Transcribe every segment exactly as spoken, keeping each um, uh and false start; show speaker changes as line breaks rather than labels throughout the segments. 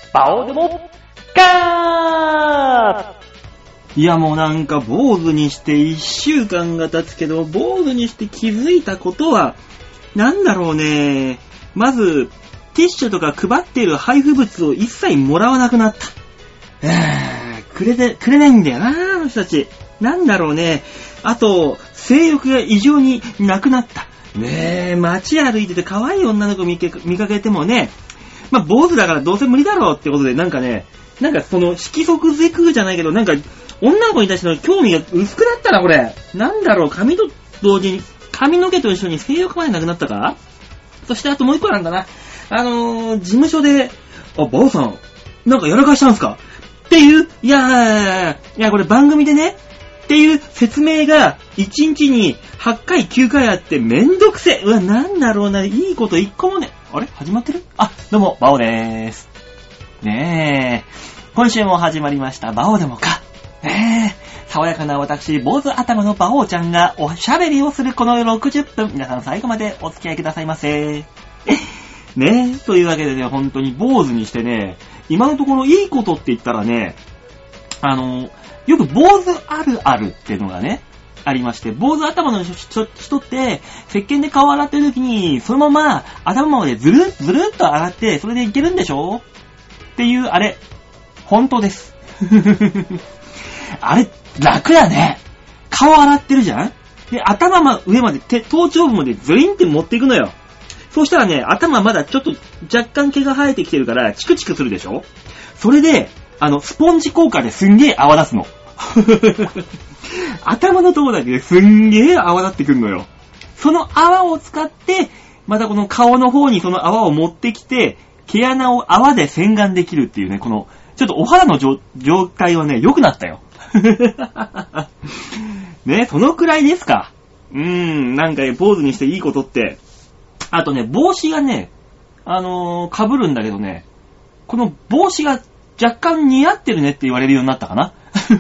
バオでもガー。
いやもうなんか坊主にして一週間が経つけど、坊主にして気づいたことはなんだろうね。まずティッシュとか配っている配布物を一切もらわなくなった。えー、くれてくれないんだよなあの人たち。なんだろうね。あと性欲が異常になくなった。ねえ、街歩いてて可愛い女の子見け見かけてもね、まあ坊主だからどうせ無理だろうってことで、なんかね、なんかその色即是空じゃないけど、なんか女の子に対しての興味が薄くなったなこれ。なんだろう、髪と同時に髪の毛と一緒に性欲までなくなったか。そしてあともう一個なんだな。あのー、事務所で、あ、バオさんなんかやらかしたんすかっていう、いやー、いやこれ番組でねっていう説明がいちにちにはちかいきゅうかいあってめんどくせえ。うわ、なんだろうな、いいこと一個もね。あれ始まってる？あ、どうも、バオでーす。ねえ、今週も始まりました、バオでもか。ねえ、爽やかな私、坊主頭のバオちゃんがおしゃべりをするこのろくじゅっぷん、皆さん最後までお付き合いくださいませ。ねえ、というわけでね、本当に坊主にしてね、今のところいいことって言ったらね、あの、よく坊主あるあるっていうのがね、ありまして、坊主頭の人って、石鹸で顔洗ってる時に、そのまま頭までずるずるっと洗って、それでいけるんでしょっていう、あれ、本当です。あれ、楽やね。顔洗ってるじゃん？で、頭ま、上まで、手、頭頂部までズリンって持っていくのよ。そうしたらね、頭まだちょっと若干毛が生えてきてるから、チクチクするでしょ？それで、あの、スポンジ効果ですんげー泡出すの。頭のとこだけですんげー泡立ってくるのよ。その泡を使って、またこの顔の方にその泡を持ってきて、毛穴を泡で洗顔できるっていうね、この、ちょっとお肌の状態はね、良くなったよ。ね、そのくらいですか。うーん、なんか坊主にしていいことって。あとね、帽子がね、あのー、被るんだけどね、この帽子が若干似合ってるねって言われるようになったかな。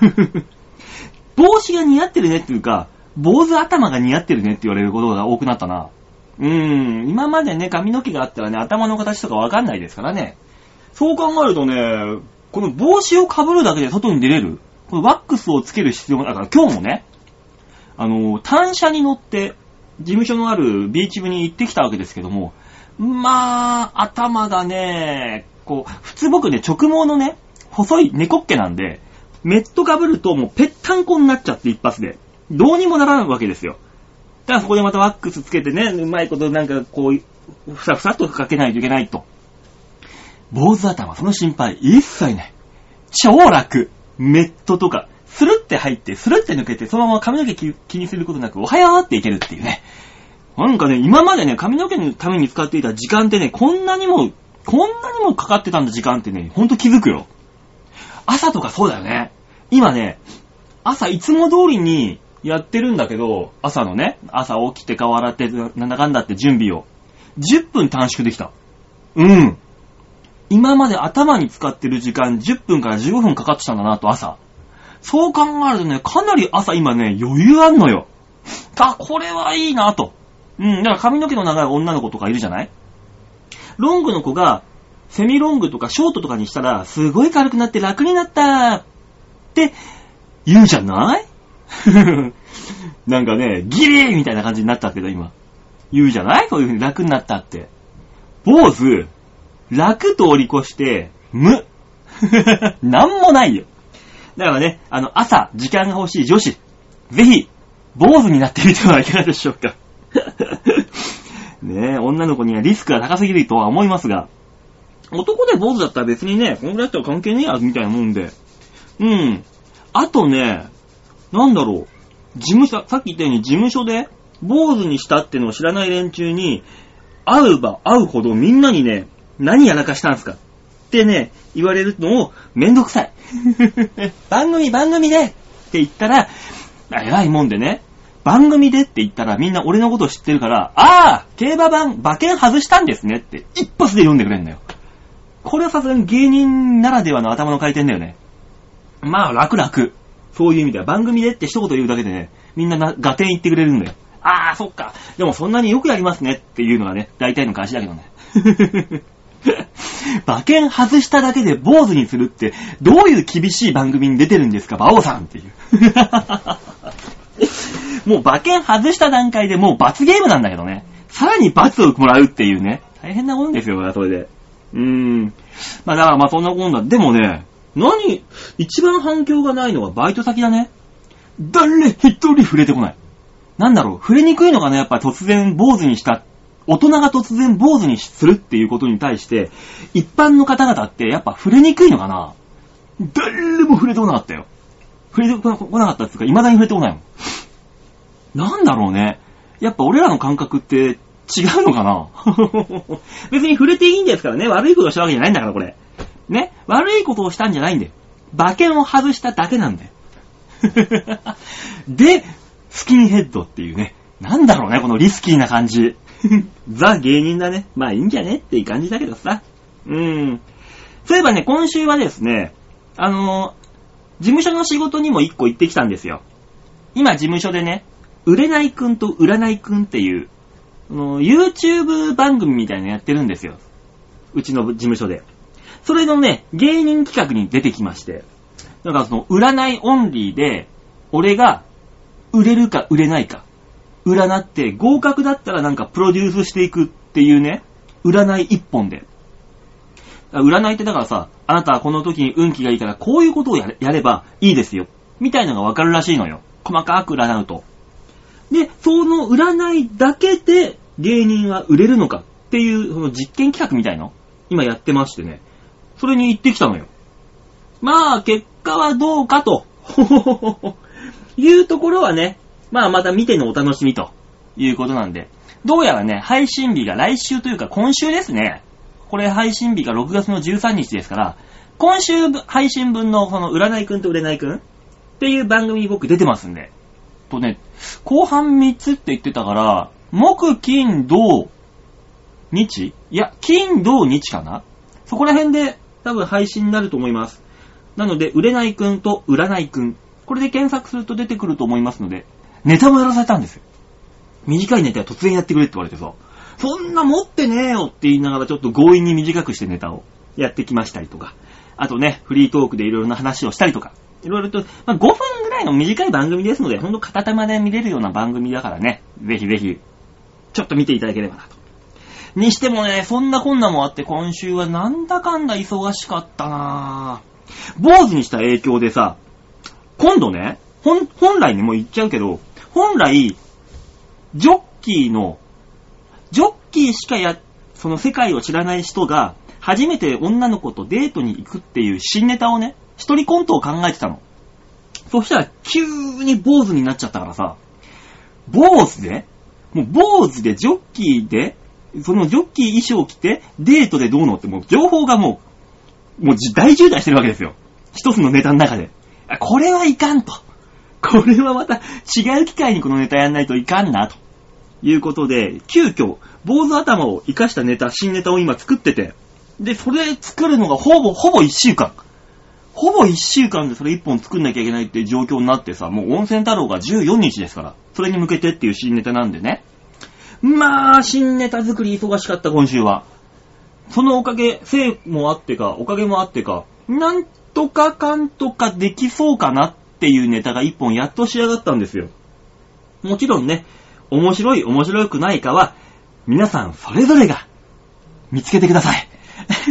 帽子が似合ってるねっていうか、坊主頭が似合ってるねって言われることが多くなったな。うーん、今までね、髪の毛があったらね、頭の形とかわかんないですからね。そう考えるとね、この帽子を被るだけで外に出れる？このワックスをつける必要が、だから今日もね、あの、単車に乗って、事務所のあるビーチ部に行ってきたわけですけども、まあ、頭がね、こう、普通僕ね、直毛のね、細い猫っ毛なんで、メット被るともうぺったんこになっちゃって一発で。どうにもならんわけですよ。だからそこでまたワックスつけてね、うまいことなんかこう、ふさふさっとかけないといけないと。坊主頭、その心配一切ない。超楽。メットとか、スルって入って、スルって抜けて、そのまま髪の毛気にすることなく、おはようっていけるっていうね。なんかね、今までね、髪の毛のために使っていた時間ってね、こんなにも、こんなにもかかってたんだ時間ってね、ほんと気づくよ。朝とかそうだよね。今ね、朝いつも通りにやってるんだけど、朝のね、朝起きて顔洗って、なんだかんだって準備を。じゅっぷん短縮できた。うん。今まで頭に使ってる時間じゅっぷんからじゅうごふんかかってたんだなと、朝。そう考えるとね、かなり朝今ね、余裕あんのよ。あ、これはいいなと。うん、だから髪の毛の長い女の子とかいるじゃない？ロングの子が、セミロングとかショートとかにしたら、すごい軽くなって楽になったって言うじゃない？なんかね、ギリーみたいな感じになったけど今。言うじゃない？そういう風に楽になったって。坊主、楽通り越して、無。なんもないよ。だからね、あの、朝、時間が欲しい女子、ぜひ、坊主になってみてはいかがでしょうか。ねえ、女の子にはリスクが高すぎるとは思いますが、男で坊主だったら別にね、このぐらいだったら関係ねえや、みたいなもんで。うん。あとね、なんだろう、事務所、さっき言ったように事務所で、坊主にしたってのを知らない連中に、会うば会うほどみんなにね、何やらかしたんすかってね、言われるのをめんどくさい。番組番組でって言ったら、偉いもんでね、番組でって言ったらみんな俺のことを知ってるから、ああ、競馬版、馬券外したんですねって一発で読んでくれんだよ。これはさすがに芸人ならではの頭の回転だよね。まあ楽々。そういう意味では番組でって一言言うだけでね、みんなな合点言ってくれるんだよ。ああ、そっか。でもそんなによくやりますねっていうのがね、大体の返しだけどね。 馬券外しただけで坊主にするって、どういう厳しい番組に出てるんですか、馬王さんっていう。もう馬券外した段階でもう罰ゲームなんだけどね。さらに罰をもらうっていうね。大変なもんですよ、それで。うーん。まあだからまあそんなもんだ。でもね、何、一番反響がないのはバイト先だね。誰一人触れてこない。なんだろう、触れにくいのかな、やっぱ突然坊主にした。大人が突然坊主にするっていうことに対して、一般の方々ってやっぱ触れにくいのかな。誰も触れてこなかったよ。触れてこなかったっていうか、未だに触れてこないもん。なんだろうね。やっぱ俺らの感覚って違うのかな。別に触れていいんですからね。悪いことをしたわけじゃないんだから、これ。ね。悪いことをしたんじゃないんだよ。馬券を外しただけなんだよ。で、スキンヘッドっていうね。なんだろうね、このリスキーな感じ。ザ芸人だね。まあいいんじゃねっていう感じだけどさ。うーん。そういえばね、今週はですね、あのー、事務所の仕事にも一個行ってきたんですよ。今事務所でね、売れないくんと売らないくんっていう、あのー、YouTube 番組みたいなのやってるんですよ。うちの事務所で。それのね、芸人企画に出てきまして。だからその、占いオンリーで、俺が売れるか売れないか。占って合格だったらなんかプロデュースしていくっていうね、占い一本で。占いってだからさ、あなたはこの時に運気がいいからこういうことをや れ, やればいいですよ。みたいなのがわかるらしいのよ。細かく占うと。で、その占いだけで芸人は売れるのかっていうその実験企画みたいの今やってましてね。それに行ってきたのよ。まあ、結果はどうかと。いうところはね、まあまた見てのお楽しみということなんで、どうやらね、配信日が来週というか今週ですね。これ配信日がろくがつのじゅうさんにちですから、今週配信分のこの占いくんと売れないくんっていう番組に僕出てますんで。とね、後半みっつって言ってたから、木、金、土、日？いや、金、土、日かな？そこら辺で多分配信になると思います。なので、売れないくんと占いくん。これで検索すると出てくると思いますので、ネタもやらされたんですよ。短いネタは突然やってくれって言われてさ、そんな持ってねえよって言いながらちょっと強引に短くしてネタをやってきましたりとか、あとね、フリートークでいろいろな話をしたりとか、いろいろと、まあ、ごふんぐらいの短い番組ですので、ほんと片手間で見れるような番組だからね、ぜひぜひ、ちょっと見ていただければなと。にしてもね、そんなこんなもあって今週はなんだかんだ忙しかったなぁ。坊主にした影響でさ、今度ね、本、本来ね、もう言っちゃうけど、本来、ジョッキーの、ジョッキーしかや、その世界を知らない人が、初めて女の子とデートに行くっていう新ネタをね、一人コントを考えてたの。そしたら、急に坊主になっちゃったからさ、坊主でもう坊主でジョッキーで、そのジョッキー衣装を着て、デートでどうのってもう情報がもう、もう大渋滞してるわけですよ。一つのネタの中で。これはいかんと。これはまた違う機会にこのネタやんないといかんな、ということで、急遽、坊主頭を活かしたネタ、新ネタを今作ってて、で、それ作るのがほぼ、ほぼ一週間。ほぼ一週間でそれ一本作んなきゃいけないっていう状況になってさ、もう温泉太郎がじゅうよっかですから、それに向けてっていう新ネタなんでね。まあ、新ネタ作り忙しかった今週は。そのおかげ、せいもあってか、おかげもあってか、なんとかかんとかできそうかなっていうネタが一本やっと仕上がったんですよ。もちろんね、面白い面白くないかは、皆さんそれぞれが見つけてください。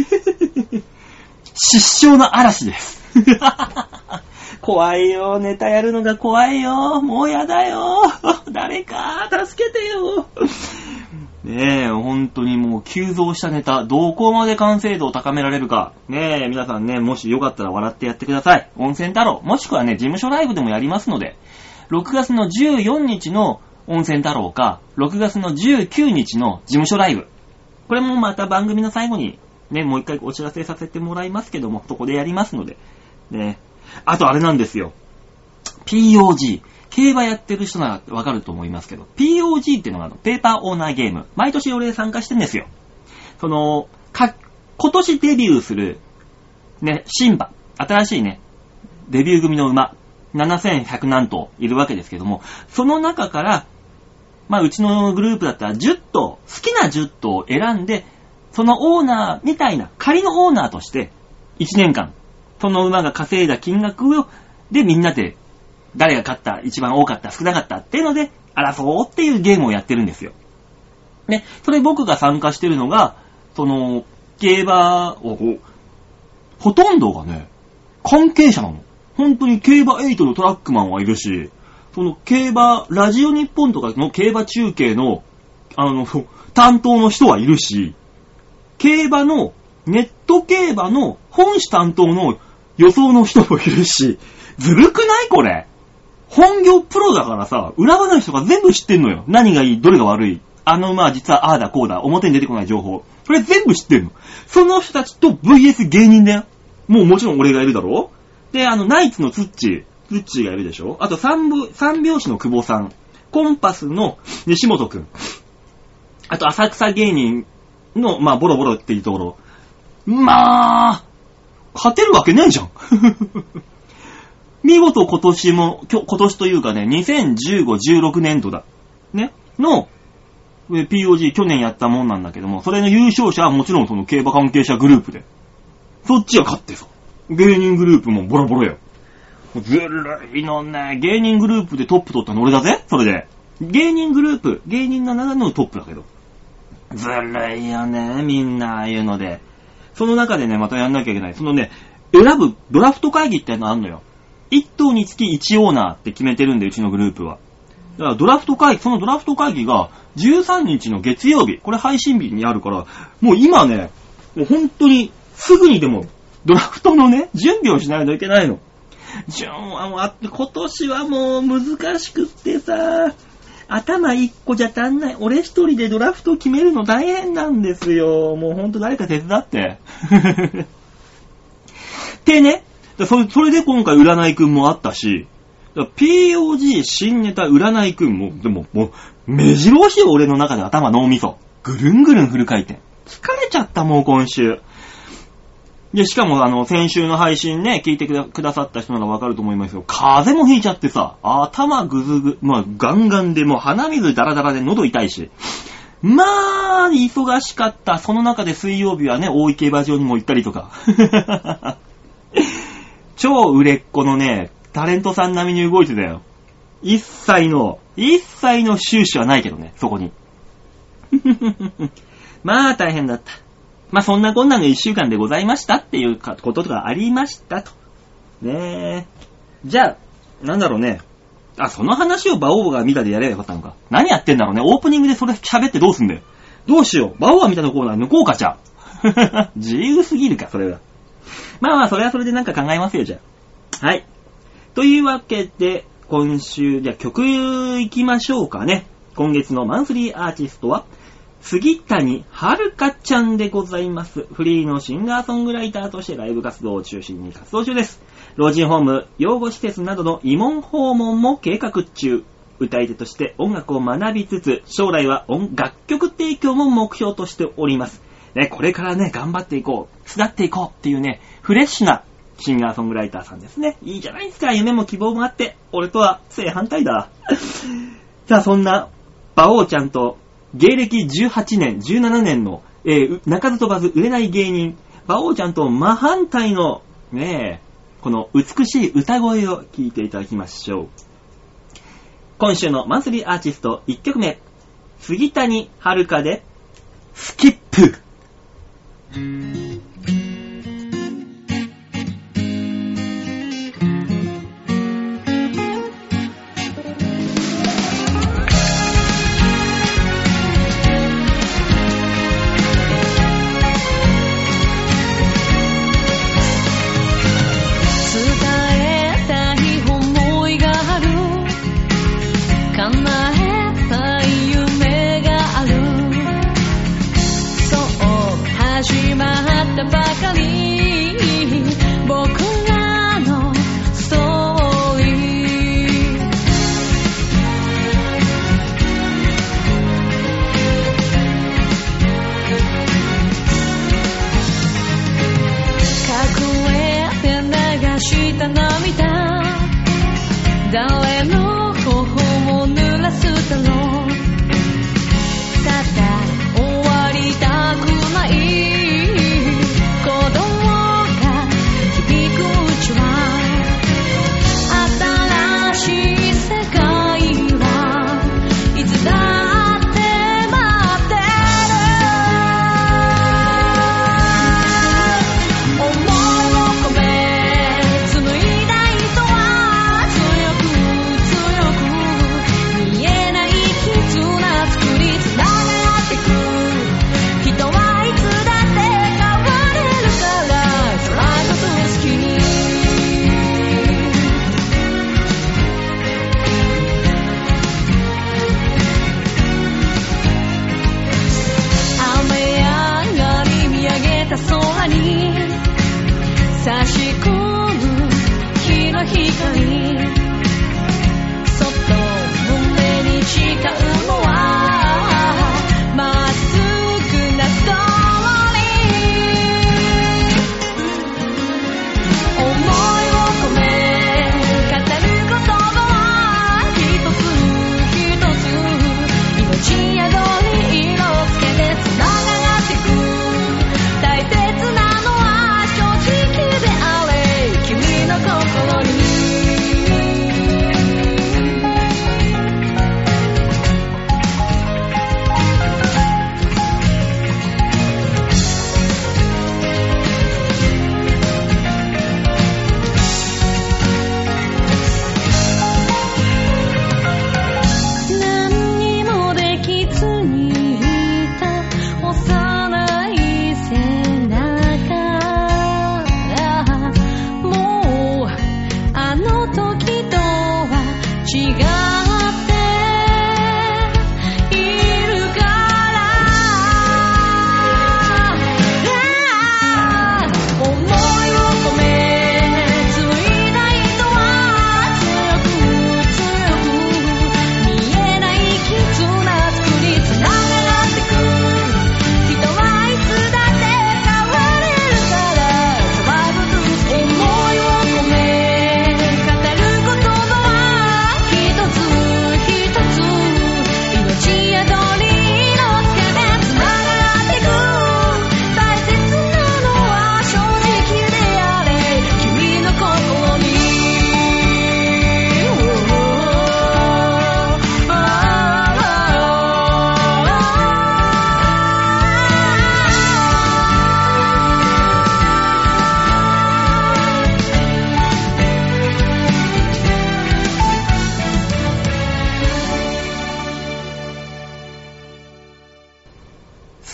失笑の嵐です。怖いよ、ネタやるのが怖いよ、もうやだよ、誰か助けてよ。ねえ、本当にもう急増したネタ、どこまで完成度を高められるか。ねえ、皆さんね、もしよかったら笑ってやってください。温泉太郎、もしくはね、事務所ライブでもやりますので、ろくがつのじゅうよっかの温泉太郎か、ろくがつのじゅうくにちの事務所ライブ。これもまた番組の最後に、ね、もう一回お知らせさせてもらいますけども、そこでやりますので。ね。あとあれなんですよ。ピーオージー。競馬やってる人ならわかると思いますけど、ピーオージー っていうのがあのペーパーオーナーゲーム。毎年俺参加してるんですよ。その、か、今年デビューする、ね、新馬。新しいね、デビュー組の馬。ななせんひゃくなんとういるわけですけども、その中から、まあうちのグループだったらじゅっとう、好きなじゅっとうを選んで、 そのオーナーみたいな仮のオーナーとしていちねんかんその馬が稼いだ金額をでみんなで誰が勝った一番多かった少なかったっていうので争おうっていうゲームをやってるんですよ。ね、それ僕が参加してるのがその競馬をほとんどがね関係者なの。本当に競馬エイトのトラックマンはいるし、その競馬ラジオ日本とかの競馬中継のあの担当の人はいるし、競馬のネット競馬の本誌担当の予想の人もいるし、ずるくないこれ。本業プロだからさ、裏話とか全部知ってんのよ。何がいい、どれが悪い。あの馬は実はああだこうだ、表に出てこない情報。それ全部知ってんの。その人たちと ブイエス 芸人だよ。もうもちろん俺がいるだろ。で、あの、ナイツのツッチー、ツッチーがいるでしょ。あと三部、三拍子の久保さん。コンパスの西本くん。あと浅草芸人の、まあ、ボロボロっていうところ。まあ、勝てるわけないじゃん。見事今年も、今年というかね、にせんじゅうご、じゅうろくねんどだ。ね。の、ピーオージー 去年やったもんなんだけども、それの優勝者はもちろんその競馬関係者グループで。そっちが勝ってさ。芸人グループもボロボロよ。ずるいのね。芸人グループでトップ取ったの俺だぜ。それで。芸人グループ、芸人の中のトップだけど。ずるいよね。みんなああいうので。その中でね、またやんなきゃいけない。そのね、選ぶドラフト会議ってのあんのよ。一頭につき一オーナーって決めてるんで、うちのグループは。だからドラフト会議、そのドラフト会議がじゅうさんにちの月曜日、これ配信日にあるから、もう今ね、もう本当にすぐにでもドラフトのね、準備をしないといけないの。順はもうあって、今年はもう難しくってさ、頭一個じゃ足んない。俺一人でドラフト決めるの大変なんですよ。もうほんと誰か手伝って。でね、それ、それで今回占いくんもあったし、ピーオージー 新ネタ占いくんも、でももう、目白押しよ俺の中で頭脳みそ。ぐるんぐるんフル回転。疲れちゃったもう今週。で、しかもあの、先週の配信ね、聞いてく だ, くださった人ならわかると思いますけど、風邪もひいちゃってさ、頭ぐずぐ、まあ、ガンガンで、もう鼻水ダラダラで喉痛いし。まあ、忙しかった。その中で水曜日はね、大井競馬場にも行ったりとか。超売れっ子のね、タレントさん並みに動いてたよ。一切の、一切の収支はないけどね、そこに。まあ、大変だった。まあそんなこんなの一週間でございましたっていうことがありましたと。ねえ。じゃあ、なんだろうね。あ、その話を馬王が見たでやればよかったのか。何やってんだろうね。オープニングでそれ喋ってどうすんだよ。どうしよう。馬王が見たのコーナー抜こうかじゃあ。自由すぎるか、それは。まあまあ、それはそれでなんか考えますよ、じゃあ。はい。というわけで、今週、じゃあ曲行きましょうかね。今月のマンスリーアーティストは、杉谷遥ちゃんでございます。フリーのシンガーソングライターとしてライブ活動を中心に活動中です。老人ホーム、養護施設などの慰問訪問も計画中。歌い手として音楽を学びつつ、将来は音楽曲提供も目標としております。ね、これからね、頑張っていこう、巣立っていこうっていうね、フレッシュなシンガーソングライターさんですね。いいじゃないですか。夢も希望もあって、俺とは正反対だ。さあ、そんな、馬王ちゃんと、芸歴じゅうはちねん、じゅうななねんの、えー、鳴かず飛ばず売れない芸人、馬王ちゃんと真反対の、ねえ、この美しい歌声を聞いていただきましょう。今週のマンスリーアーティストいっきょくめ、杉谷遥で、スキップ。
叶えたい夢がある。そう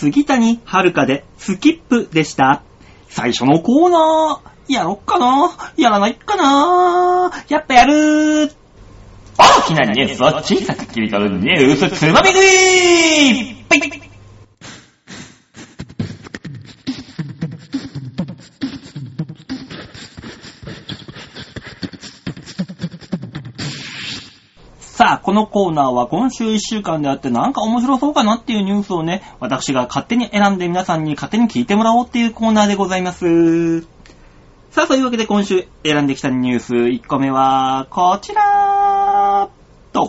杉谷遥でスキップでした。最初のコーナー、やろっかなやらないかなやっぱやるー。大きなニュースを小さく切り取るニュースつまみ食い。さあ、このコーナーは今週いっしゅうかんであってなんか面白そうかなっていうニュースをね、私が勝手に選んで皆さんに勝手に聞いてもらおうっていうコーナーでございます。さあ、そういうわけで今週選んできたニュースいっこめはこちらと。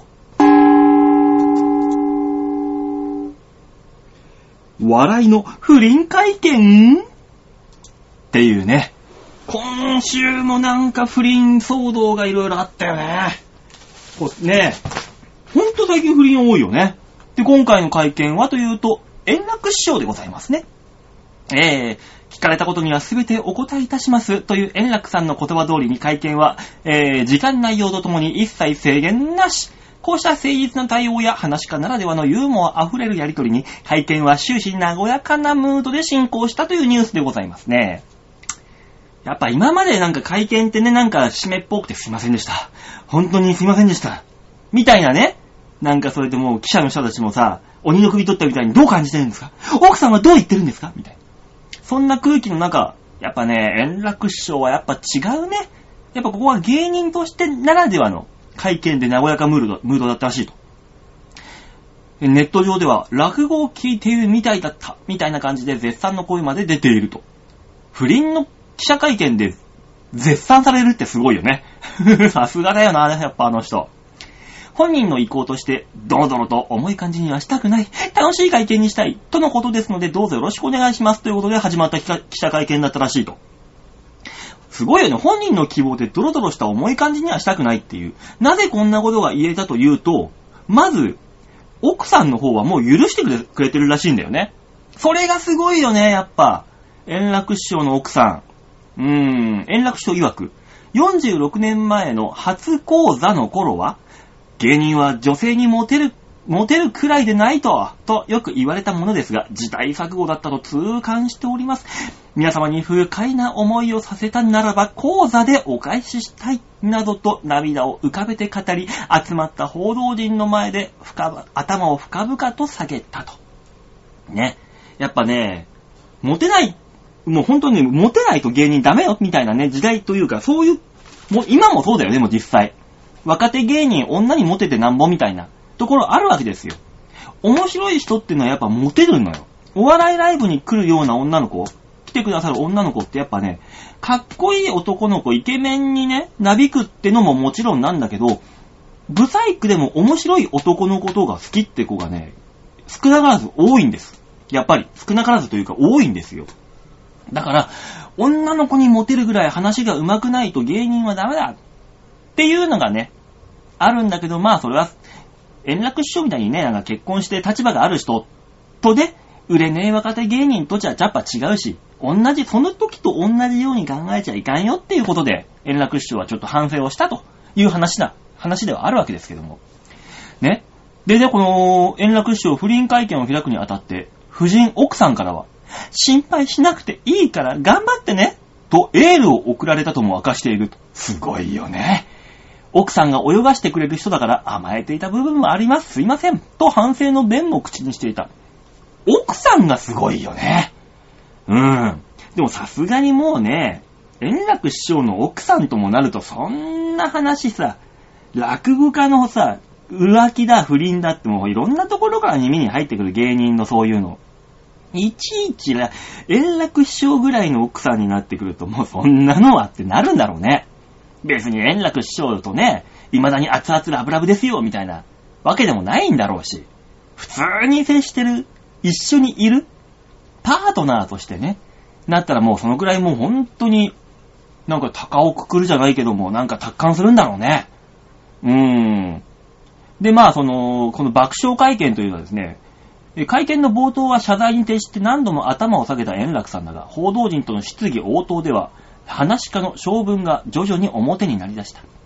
笑いの不倫会見っていうね。今週もなんか不倫騒動がいろいろあったよね。こうね、ほんと最近不倫多いよね。で、今回の会見はというと、円楽師匠でございますね。えー、聞かれたことには全てお答えいたしますという円楽さんの言葉通りに会見は、えー、時間内容とともに一切制限なし。こうした誠実な対応や話し家ならではのユーモアあふれるやりとりに、会見は終始和やかなムードで進行したというニュースでございますね。やっぱ今までなんか会見ってね、なんか締めっぽくてすいませんでした。本当にすいませんでした。みたいなね。なんかそれでもう記者の人たちもさ、鬼の首取ったみたいにどう感じてるんですか？奥さんはどう言ってるんですか？みたいな。そんな空気の中、やっぱね、円楽師匠はやっぱ違うね。やっぱここは芸人としてならではの会見で和やかムード、ムードだったらしいと。ネット上では落語を聞いているみたいだった、みたいな感じで絶賛の声まで出ていると。不倫の記者会見で絶賛されるってすごいよね。さすがだよな、やっぱあの人。本人の意向として、ドロドロと重い感じにはしたくない、楽しい会見にしたい、とのことですので、どうぞよろしくお願いします。ということで始まった記者会見だったらしいと。すごいよね。本人の希望でドロドロした重い感じにはしたくないっていう。なぜこんなことが言えたというと、まず、奥さんの方はもう許してくれ、くれてるらしいんだよね。それがすごいよね、やっぱ。円楽師匠の奥さん。うーん、円楽師匠曰く、よんじゅうろくねんまえの初講座の頃は、芸人は女性にモテる、モテるくらいでないと、とよく言われたものですが、時代錯誤だったと痛感しております。皆様に不快な思いをさせたならば、講座でお返ししたい、などと涙を浮かべて語り、集まった報道陣の前で深頭を深々と下げたと。ね。やっぱね、モテない、もう本当にモテないと芸人ダメよみたいなね、時代というか、そういう、もう今もそうだよね、もう実際。若手芸人、女にモテてなんぼみたいなところあるわけですよ。面白い人っていうのはやっぱモテるのよ。お笑いライブに来るような女の子、来てくださる女の子ってやっぱね、かっこいい男の子、イケメンにね、なびくってのももちろんなんだけど、ブサイクでも面白い男のことが好きって子がね、少なからず多いんです。やっぱり少なからずというか多いんですよ。だから、女の子にモテるぐらい話が上手くないと芸人はダメだっていうのがね、あるんだけど、まあそれは、円楽師匠みたいにね、なんか結婚して立場がある人とね、売れねえ若手芸人とじゃやっぱ違うし、同じ、その時と同じように考えちゃいかんよっていうことで、円楽師匠はちょっと反省をしたという話だ、話ではあるわけですけども。ね。でね、この円楽師匠不倫会見を開くにあたって、夫人、奥さんからは、心配しなくていいから頑張ってねとエールを送られたとも明かしていると。すごいよね。奥さんが泳がしてくれる人だから甘えていた部分もあります。すいません。と反省の弁も口にしていた。奥さんがすごいよね。うん。でもさすがにもうね、円楽師匠の奥さんともなるとそんな話さ、落語家のさ、浮気だ不倫だってもういろんなところから耳に入ってくる芸人のそういうの。いちいち円楽師匠ぐらいの奥さんになってくるともうそんなのはってなるんだろうね。別に円楽師匠とね、未だに熱々ラブラブですよみたいなわけでもないんだろうし、普通に接してる、一緒にいるパートナーとしてね、なったらもうそのくらいもう本当になんか高をくくるじゃないけどもなんか達観するんだろうね。うーん。でまあそのこの爆笑会見というのはですね、会見の冒頭は謝罪に徹して何度も頭を下げた円楽さんだが、報道陣との質疑応答では話し家の性分が徐々に表になりだした。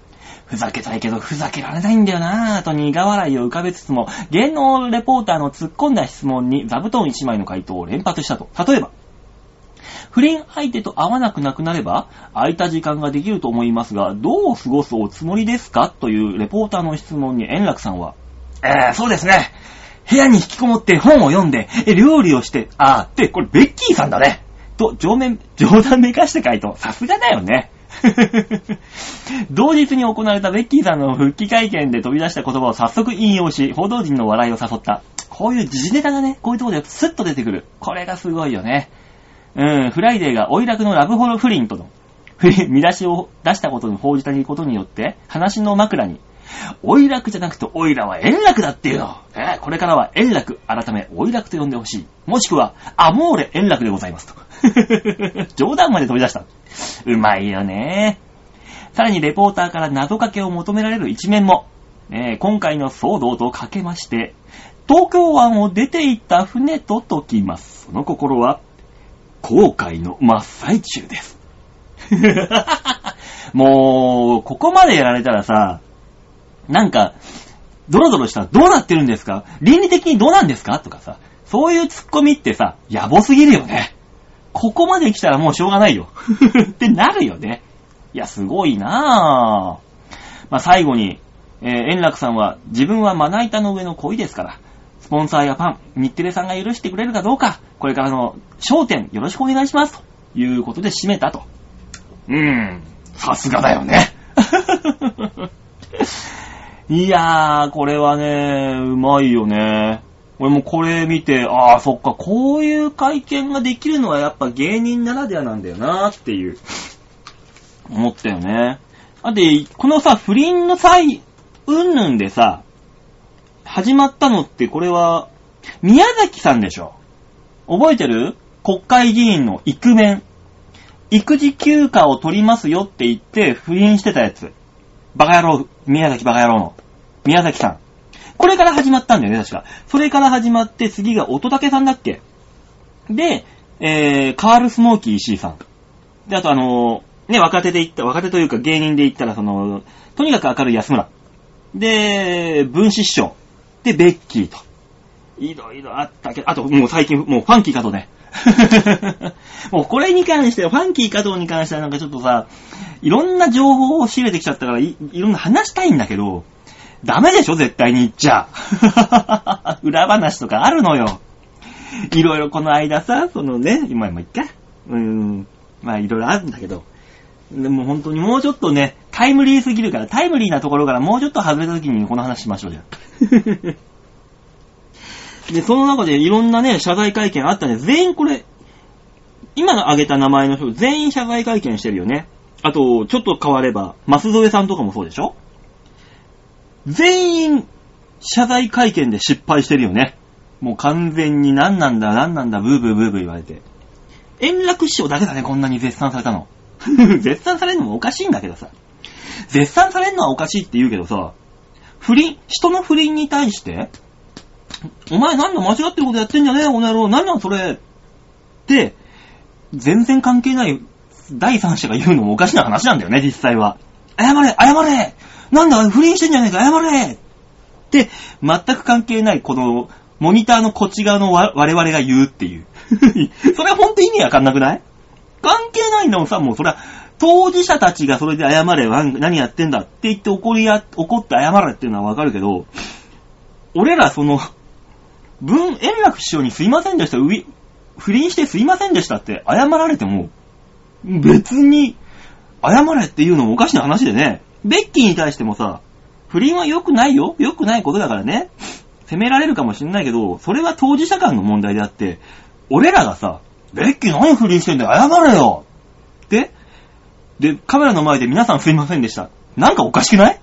ふざけたいけどふざけられないんだよなぁと苦笑いを浮かべつつも、芸能レポーターの突っ込んだ質問に座布団一枚の回答を連発したと。例えば、不倫相手と会わなくなくなれば空いた時間ができると思いますが、どう過ごすおつもりですかというレポーターの質問に円楽さんは、えー、そうですね。部屋に引きこもって本を読んで、料理をして、あーって、これベッキーさんだね。と、上面、冗談めかして回答。さすがだよね。同日に行われたベッキーさんの復帰会見で飛び出した言葉を早速引用し、報道陣の笑いを誘った。こういう時事ネタがね、こういうところでスッと出てくる。これがすごいよね。うん、フライデーがおいらくのラブホロ不倫との見出しを出したことに報じたことによって、話の枕に、おいらくじゃなくておいらは円楽だっていうの。えー、これからは円楽、改めおいらくと呼んでほしい。もしくは、アモーレ円楽でございますと。冗談まで飛び出した。うまいよね。さらにレポーターから謎かけを求められる一面も、えー、今回の騒動とかけまして、東京湾を出て行った船と解きます。その心は、後悔の真っ最中です。もう、ここまでやられたらさ、なんか、ドロドロしたらどうなってるんですか？倫理的にどうなんですか？とかさ、そういうツッコミってさ、野暮すぎるよね。ここまで来たらもうしょうがないよ。ってなるよね。いや、すごいなぁ。まあ、最後に、えー、円楽さんは、自分はまな板の上の恋ですから、スポンサーやファン、日テレさんが許してくれるかどうか、これからの焦点よろしくお願いします。ということで締めたと。うーん、さすがだよね。いやー、これはね、うまいよね。俺もこれ見て、あー、そっか、こういう会見ができるのはやっぱ芸人ならではなんだよなーっていう、思ったよね。あで、このさ、不倫の際、うんぬんでさ、始まったのってこれは、宮崎さんでしょ。覚えてる？国会議員のイクメン。育児休暇を取りますよって言って不倫してたやつ。バカ野郎、宮崎バカ野郎の。宮崎さん。これから始まったんだよね、確か。それから始まって、次が乙武さんだっけ？で、えー、カールスモーキー石井さん。で、あとあのー、ね、若手で言った、若手というか芸人で言ったら、その、とにかく明るい安村。で、文枝師匠。で、ベッキーと。いろいろあったけど、あともう最近、もうファンキー加藤ね。もうこれに関しては、ファンキー加藤に関してはなんかちょっとさ、いろんな情報を仕入れてきちゃったからい、いろんな話したいんだけど、ダメでしょ絶対に言っちゃ。裏話とかあるのよ。いろいろこの間さ、そのね、今もいっか。うーん。まあいろいろあるんだけど。でも本当にもうちょっとね、タイムリーすぎるから、タイムリーなところからもうちょっと外れた時にこの話しましょうじゃん。で、その中でいろんなね、謝罪会見あったんで、全員これ、今の挙げた名前の人、全員謝罪会見してるよね。あと、ちょっと変われば、舛添さんとかもそうでしょ？全員、謝罪会見で失敗してるよね。もう完全に何なんだ、何なんだ、ブーブーブーブー言われて。円楽師匠だけだね、こんなに絶賛されたの。絶賛されるのもおかしいんだけどさ。絶賛されるのはおかしいって言うけどさ、不倫、人の不倫に対して、お前なんだ間違ってることやってんじゃねえよ、この野郎。なんなんそれって、全然関係ない第三者が言うのもおかしな話なんだよね、実際は。謝れ謝れなんだ不倫してんじゃねえか謝れって、全く関係ないこの、モニターのこっち側の我々が言うっていう。それはほんと意味わかんなくない？関係ないのもさ、もうそれは、当事者たちがそれで謝れ、何やってんだって言って怒りや、怒って謝れっていうのはわかるけど、俺らその、文、円楽師匠にすいませんでした、うい、不倫してすいませんでしたって謝られても、別に、謝れっていうのもおかしな話でね、ベッキーに対してもさ、不倫は良くないよ、良くないことだからね、責められるかもしれないけど、それは当事者間の問題であって、俺らがさ、ベッキー何不倫してんだよ、謝れよで、で、カメラの前で皆さんすいませんでした。なんかおかしくない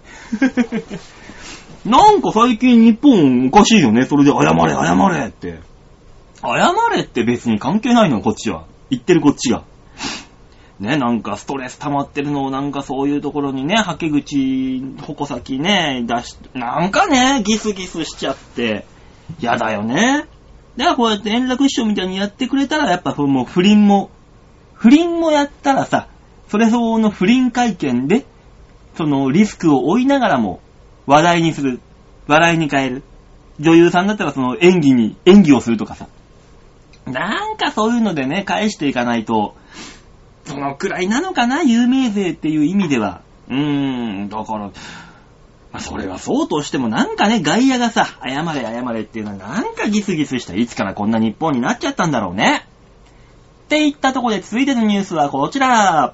なんか最近日本おかしいよね。それで謝れ謝れって。謝れって別に関係ないのこっちは。言ってるこっちが。ね、なんかストレス溜まってるのをなんかそういうところにね、はけ口、矛先ね、出し、なんかね、ギスギスしちゃって、やだよね。だからこうやって円楽師匠みたいにやってくれたら、やっぱもう不倫も、不倫もやったらさ、それ相応の不倫会見で、 そのリスクを負いながらも話題にする、笑いに変える。女優さんだったらその演技に、演技をするとかさ。なんかそういうのでね、返していかないと、そのくらいなのかな、有名税っていう意味では。うーん、だから、まあ、それはそうとしてもなんかね、外野がさ、謝れ謝れっていうのはなんかギスギスした。いつからこんな日本になっちゃったんだろうね。っていったところで続いてのニュースはこちら。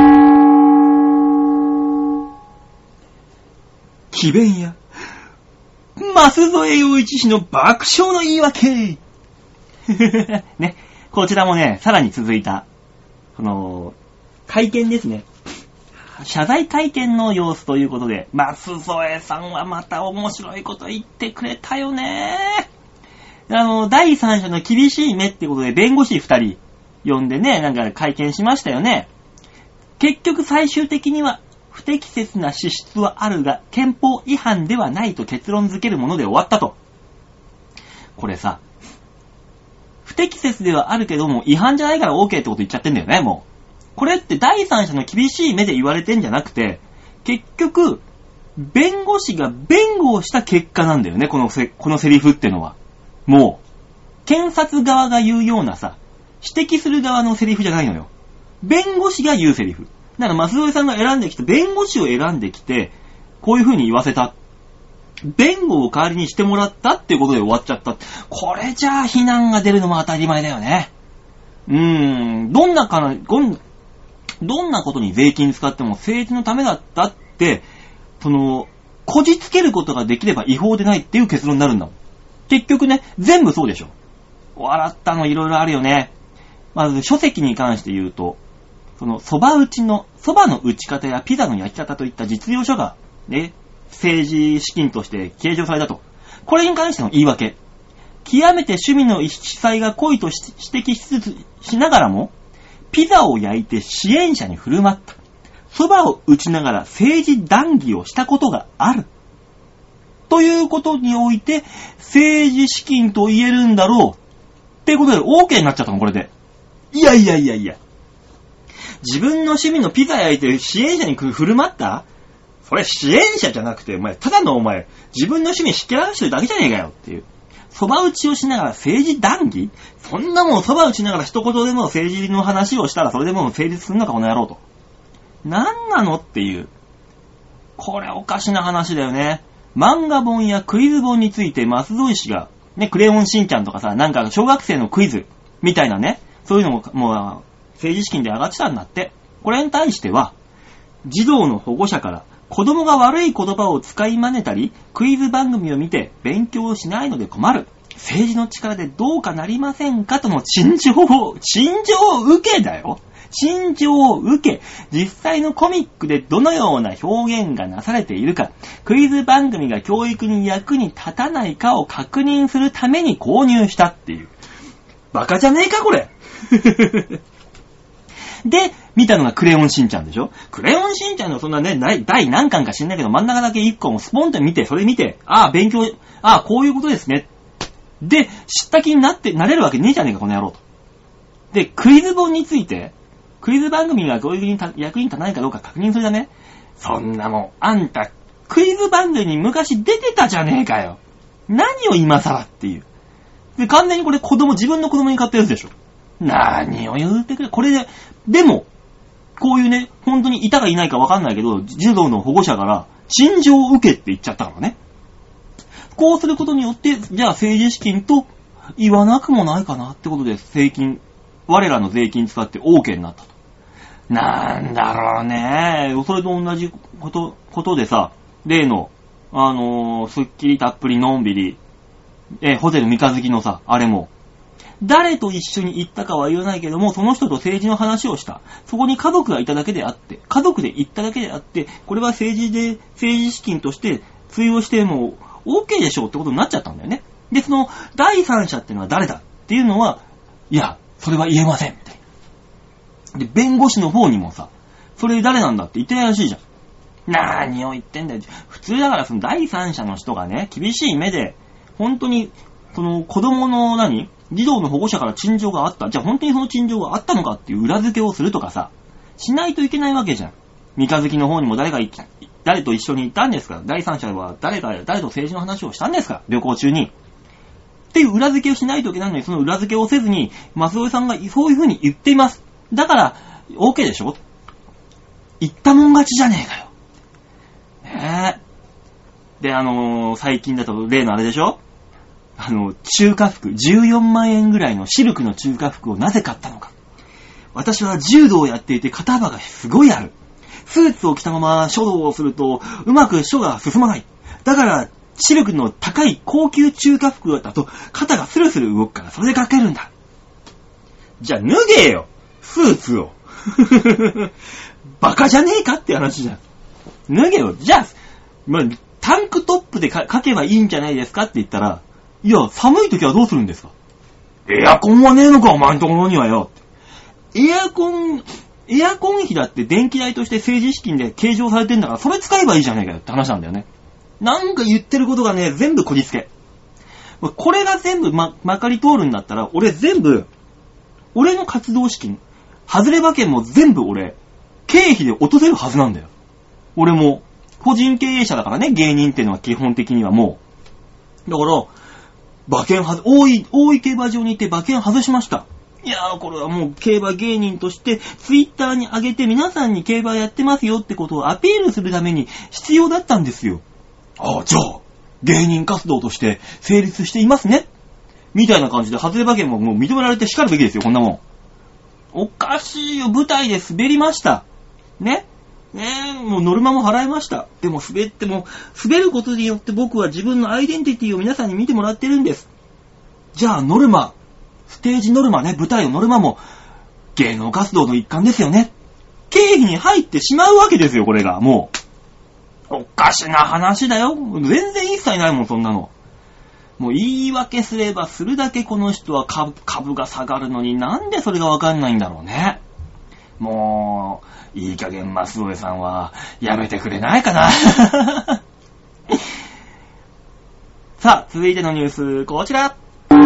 奇弁や舛添陽一氏の爆笑の言い訳ね、こちらもね、さらに続いた、この、会見ですね。謝罪会見の様子ということで、舛添さんはまた面白いこと言ってくれたよね。あの、第三者の厳しい目ってことで弁護士二人呼んでね、なんか会見しましたよね。結局最終的には、不適切な支出はあるが、憲法違反ではないと結論付けるもので終わったと。これさ、不適切ではあるけども、違反じゃないから OK ってこと言っちゃってんだよね、もう。これって第三者の厳しい目で言われてんじゃなくて、結局、弁護士が弁護をした結果なんだよね、このせ、このセリフってのは。もう、検察側が言うようなさ、指摘する側のセリフじゃないのよ。弁護士が言うセリフ。だから舛添さんが選んできて、弁護士を選んできて、こういう風に言わせた。弁護を代わりにしてもらったっていうことで終わっちゃった。これじゃあ非難が出るのも当たり前だよね。うーん、どんなかな、どん、どんなことに税金使っても政治のためだったって、その、こじつけることができれば違法でないっていう結論になるんだもん。結局ね、全部そうでしょ。笑ったのいろいろあるよね。まず書籍に関して言うと、その蕎麦打ちの、蕎麦の打ち方やピザの焼き方といった実用書が、ね、政治資金として計上されたと。これに関しての言い訳。極めて趣味の色彩が濃いと指摘しつつ、しながらも、ピザを焼いて支援者に振る舞った。蕎麦を打ちながら政治談義をしたことがある。ということにおいて、政治資金と言えるんだろう。っていうことで OK になっちゃったの、これで。いやいやいやいや。自分の趣味のピザ焼いて支援者に振る舞った？それ支援者じゃなくて、お前、ただのお前、自分の趣味しけらしてるだけじゃねえかよっていう。蕎麦打ちをしながら政治談義？そんなもん蕎麦打ちながら一言でも政治の話をしたらそれでも成立するのかこの野郎と。なんなのっていう。これおかしな話だよね。漫画本やクイズ本について舛添氏が、ね、クレヨンしんちゃんとかさ、なんか小学生のクイズみたいなね、そういうのも、もう、政治資金で上がってたんだって。これに対しては、児童の保護者から、子供が悪い言葉を使い真似たり、クイズ番組を見て勉強しないので困る。政治の力でどうかなりませんかとの陳情を、陳情を受けだよ。陳情を受け、実際のコミックでどのような表現がなされているか、クイズ番組が教育に役に立たないかを確認するために購入したっていう。バカじゃねえかこれで、見たのがクレヨンしんちゃんでしょ。クレヨンしんちゃんのそんなね、第何巻か知んないけど、真ん中だけ一個もスポンと見て、それ見て、ああ、勉強、ああ、こういうことですね。で、知った気になって、なれるわけねえじゃねえか、この野郎と。で、クイズ本について、クイズ番組が教育に役に立たないかどうか確認するため、そんなもん、あんた、クイズ番組に昔出てたじゃねえかよ。何を今更っていう。で、完全にこれ子供、自分の子供に買ったやつでしょ。何を言ってくれ。これで、でも、こういうね、本当にいたかいないかわかんないけど、児童の保護者から、陳情を受けって言っちゃったからね。こうすることによって、じゃあ政治資金と言わなくもないかなってことで、税金、我らの税金使って OK になったと。なんだろうね。それと同じこと、ことでさ、例の、あのー、スッキリたっぷりのんびり、えー、ホテル三日月のさ、あれも、誰と一緒に行ったかは言わないけども、その人と政治の話をした。そこに家族がいただけであって、家族で行っただけであって、これは政治で、政治資金として通用しても OK でしょうってことになっちゃったんだよね。で、その第三者っていうのは誰だっていうのは、いや、それは言えませんみたいな。で、弁護士の方にもさ、それ誰なんだって言ってないらしいじゃん。何を言ってんだよ。普通だからその第三者の人がね、厳しい目で、本当に、その子供の何児童の保護者から陳情があった。じゃあ本当にその陳情があったのかっていう裏付けをするとかさ、しないといけないわけじゃん。三日月の方にも誰が言誰と一緒に行ったんですか？第三者は誰か、誰と政治の話をしたんですか？旅行中に。っていう裏付けをしないといけないのに、その裏付けをせずに、松尾さんがそういう風に言っています。だから、OK でしょ？言ったもん勝ちじゃねえかよ。ねえ。で、あのー、最近だと例のあれでしょ？あの、中華服、じゅうよんまんえんぐらいのシルクの中華服をなぜ買ったのか。私は柔道をやっていて肩幅がすごいある。スーツを着たまま書道をするとうまく書が進まない。だからシルクの高い高級中華服だと肩がスルスル動くからそれで書けるんだ。じゃあ脱げよスーツを。バカじゃねえかって話じゃん。脱げよ。じゃあ、まあ、タンクトップで書けばいいんじゃないですかって言ったら、いや寒い時はどうするんですか。エアコンはねえのかお前んところにはよ。エアコン、エアコン費だって電気代として政治資金で計上されてんだから、それ使えばいいじゃねえかよって話なんだよね。なんか言ってることがね、全部こじつけ。これが全部ま、まかり通るんだったら、俺全部、俺の活動資金、外れ馬券も全部俺、経費で落とせるはずなんだよ。俺も、個人経営者だからね、芸人っていうのは基本的にはもう。だから、馬券はず、大井、大井競馬場に行って馬券外しました。いやー、これはもう競馬芸人としてツイッターに上げて皆さんに競馬やってますよってことをアピールするために必要だったんですよ。ああ、じゃあ、芸人活動として成立していますね。みたいな感じで外れ馬券ももう認められて叱るべきですよ、こんなもん。おかしいよ、舞台で滑りました。ね。ねえ、もうノルマも払いました。でも滑っても、滑ることによって僕は自分のアイデンティティを皆さんに見てもらってるんです。じゃあノルマ、ステージノルマね、舞台のノルマも芸能活動の一環ですよね。経費に入ってしまうわけですよ、これが。もうおかしな話だよ。全然一切ないもん、そんなの。もう言い訳すればするだけこの人は株、株が下がるのになんでそれがわかんないんだろうね。もういい加減増添さんはやめてくれないかな。さあ、続いてのニュースこちら。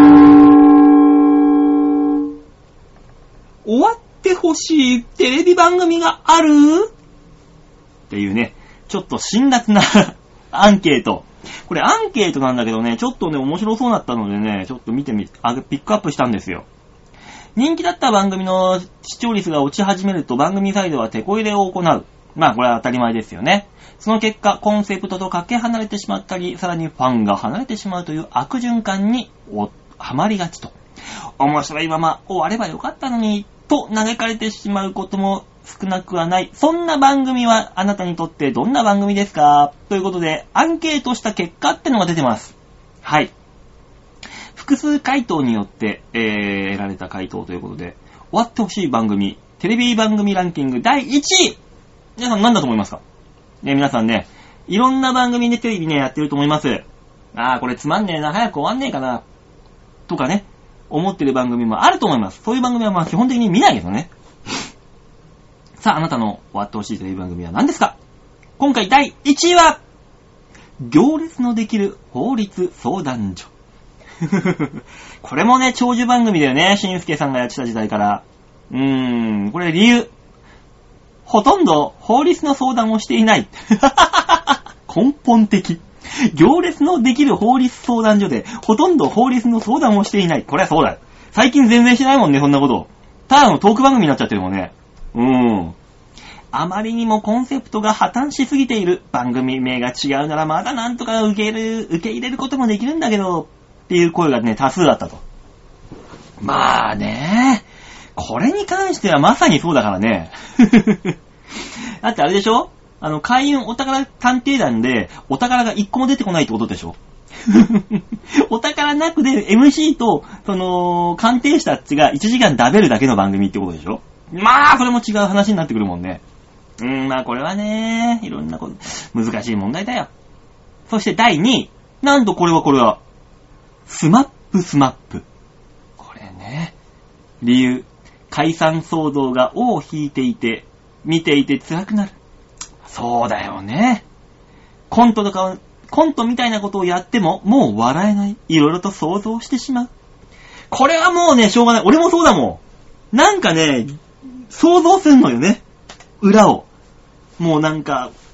終わってほしいテレビ番組があるっていうね、ちょっと辛辣なアンケート。これアンケートなんだけどね、ちょっとね、面白そうだったのでね、ちょっと見てみ、あ、ピックアップしたんですよ。人気だった番組の視聴率が落ち始めると番組サイドはテこ入れを行う。まあこれは当たり前ですよね。その結果、コンセプトとかけ離れてしまったり、さらにファンが離れてしまうという悪循環にはまりがちと。面白いまま終わればよかったのに、と嘆かれてしまうことも少なくはない。そんな番組はあなたにとってどんな番組ですか？ということで、アンケートした結果ってのが出てます。はい。複数回答によって、えー、得られた回答ということで、終わってほしい番組、テレビ番組ランキングだいいちい。皆さん何だと思いますか？ね、皆さんね、いろんな番組でテレビね、やってると思います。あー、これつまんねえな、早く終わんねえかな。とかね、思ってる番組もあると思います。そういう番組はまあ基本的に見ないけどね。さあ、あなたの終わってほしいテレビ番組は何ですか？今回だいいちいは、行列のできる法律相談所。これもね、長寿番組だよね。しんすけさんがやってた時代から。うーん、これ理由。ほとんど法律の相談をしていない。根本的。行列のできる法律相談所で、ほとんど法律の相談をしていない。これはそうだよ。最近全然してないもんね、そんなこと。ただのトーク番組になっちゃってるもんね。うーん。あまりにもコンセプトが破綻しすぎている。番組名が違うならまだなんとか受ける、受け入れることもできるんだけど、っていう声がね、多数だったと。まあね、これに関してはまさにそうだからね。だってあれでしょ？あの、開運お宝探偵団で、お宝が一個も出てこないってことでしょ？お宝なくで エムシー と、その、鑑定士たちがいちじかん食べるだけの番組ってことでしょ？まあ、それも違う話になってくるもんね。うーん、まあこれはね、いろんなこと、難しい問題だよ。そしてだいにい。なんとこれはこれは、スマップスマップ。これね。理由。解散騒動が尾を引いていて、見ていて辛くなる。そうだよね。コントとか、コントみたいなことをやっても、もう笑えない。いろいろと想像してしまう。これはもうね、しょうがない。俺もそうだもん。なんかね、想像すんのよね。裏を。もうなんか、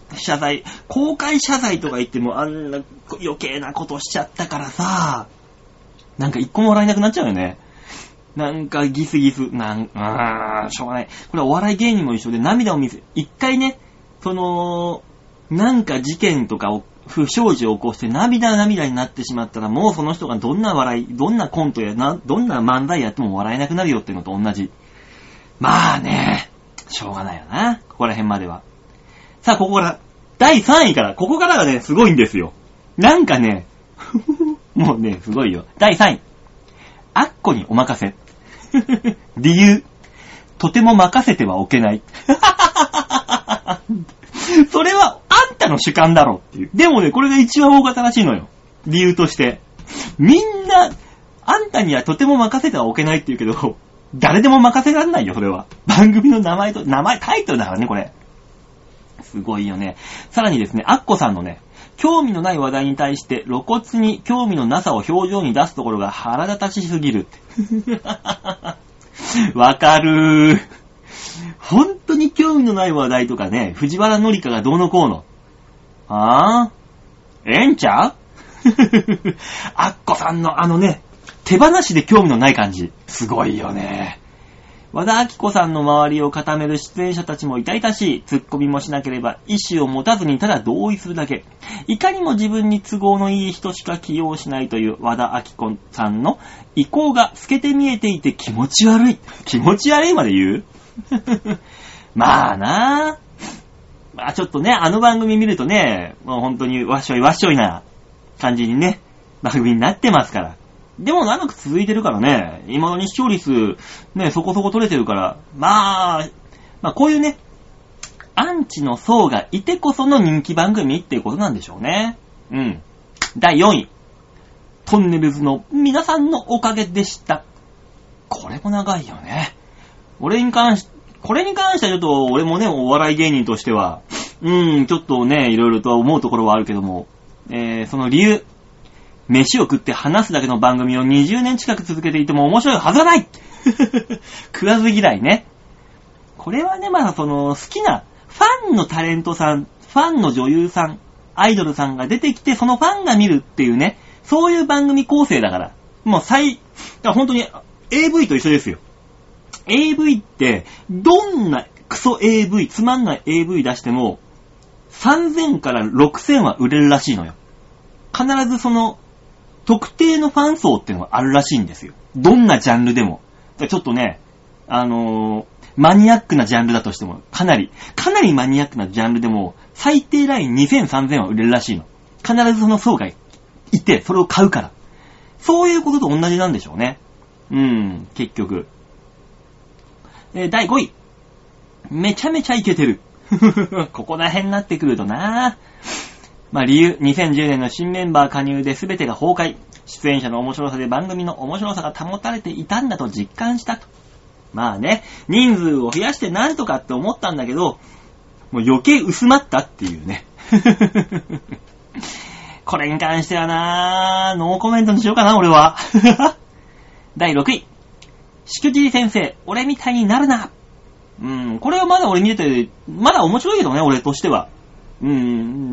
謝罪、公開謝罪とか言ってもあんな余計なことしちゃったからさ、なんか一個も笑えなくなっちゃうよね。なんかギスギス、なん、あー、しょうがない。これはお笑い芸人も一緒で涙を見せ、一回ね、その、なんか事件とかを、不祥事を起こして涙涙になってしまったら、もうその人がどんな笑い、どんなコントやな、どんな漫才やっても笑えなくなるよっていうのと同じ。まあね、しょうがないよな。ここら辺までは。さあ、ここから、だいさんいから、ここからがね、すごいんですよ。なんかね、もうね、すごいよ。だいさんい。アッコにお任せ。理由。とても任せてはおけない。それは、あんたの主観だろっていう。でもね、これが一番大方らしいのよ。理由として。みんな、あんたにはとても任せてはおけないって言うけど、誰でも任せられないよ、それは。番組の名前と、名前、タイトルだからね、これ。すごいよね。さらにですね、アッコさんのね、興味のない話題に対して露骨に興味のなさを表情に出すところが腹立たしすぎる。わかるー。本当に興味のない話題とかね、藤原紀香がどうのこうの。あーええんちゃうアッコさんのあのね、手放しで興味のない感じ。すごいよね。和田明子さんの周りを固める出演者たちも痛々しい。ツッコミもしなければ意思を持たずにただ同意するだけ。いかにも自分に都合のいい人しか起用しないという和田明子さんの意向が透けて見えていて気持ち悪い。気持ち悪いまで言うまあなぁ。まあちょっとね、あの番組見るとね、もう本当にわっしょいわっしょいな感じにね、番組になってますから。でも長く続いてるからね、今のに視聴率、ね、そこそこ取れてるから、まあ、まあこういうね、アンチの層がいてこその人気番組っていうことなんでしょうね。うん。だいよんい。トンネルズの皆さんのおかげでした。これも長いよね。俺に関し、これに関してはちょっと俺もね、お笑い芸人としては、うん、ちょっとね、いろいろと思うところはあるけども、えー、その理由、飯を食って話すだけの番組をにじゅうねん近く続けていても面白いはずがない食わず嫌いね。これはね、まあその好きなファンのタレントさん、ファンの女優さん、アイドルさんが出てきてそのファンが見るっていうね、そういう番組構成だから。もう最、だから本当に エーブイ と一緒ですよ。エーブイ ってどんなクソ エーブイ、つまんない エーブイ 出してもさんぜんからろくせんは売れるらしいのよ。必ずその特定のファン層っていうのがあるらしいんですよ。どんなジャンルでも。ちょっとね、あのー、マニアックなジャンルだとしても、かなり、かなりマニアックなジャンルでも、最低ラインにせん、さんぜんは売れるらしいの。必ずその層がいて、それを買うから。そういうことと同じなんでしょうね。うん、結局。えー、だいごい。めちゃめちゃイケてる。ここら辺になってくるとなぁ。まあ理由、にせんじゅうねんの新メンバー加入で全てが崩壊。出演者の面白さで番組の面白さが保たれていたんだと実感したと。まあね、人数を増やしてなんとかって思ったんだけど、もう余計薄まったっていうね。これに関してはなぁ、ノーコメントにしようかな、俺は。だいろくい。しくじり先生、俺みたいになるな。うん、これはまだ俺見てて、まだ面白いけどね、俺としては。うん、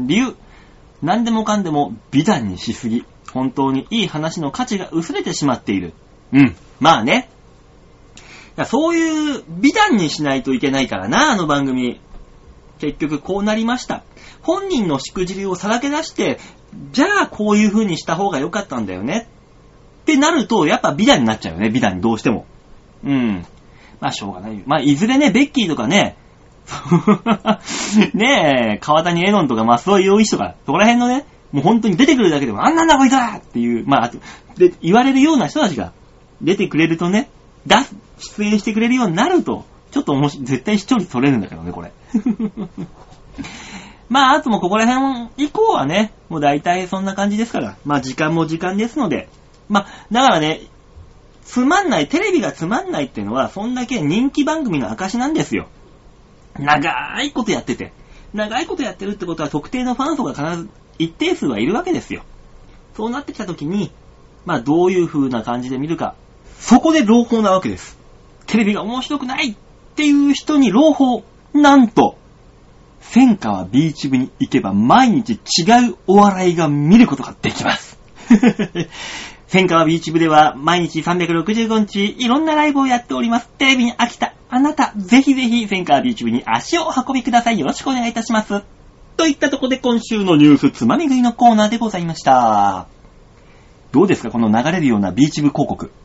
理由。何でもかんでも美談にしすぎ。本当にいい話の価値が薄れてしまっている。うん。まあね。そういう美談にしないといけないからな、あの番組。結局こうなりました。本人のしくじりをさらけ出して、じゃあこういう風にした方が良かったんだよね。ってなると、やっぱ美談になっちゃうよね、美談にどうしても。うん。まあしょうがない。まあいずれね、ベッキーとかね、ねえ、川谷絵音とか増尾洋一とか、そこら辺のね、もう本当に出てくるだけでも、あんなんだこいつだっていう、まあ、で、言われるような人たちが出てくれるとね、出す、出演してくれるようになると、ちょっと面白い、絶対視聴率取れるんだけどね、これ。まあ、あともここら辺以降はね、もう大体そんな感じですから、まあ時間も時間ですので、まあ、だからね、つまんない、テレビがつまんないっていうのは、そんだけ人気番組の証なんですよ。長いことやってて。長いことやってるってことは特定のファン層が必ず一定数はいるわけですよ。そうなってきたときに、まあどういう風な感じで見るか。そこで朗報なわけです。テレビが面白くないっていう人に朗報。なんと、 千川ビーチ部に行けば毎日違うお笑いが見ることができます。千川ビーチ部では毎日さんびゃくろくじゅうごにちいろんなライブをやっております。テレビに飽きたあなた、ぜひぜひ千川ビーチ部に足をお運びください。よろしくお願いいたします。といったところで今週のニュースつまみ食いのコーナーでございました。どうですかこの流れるようなビーチ部広告。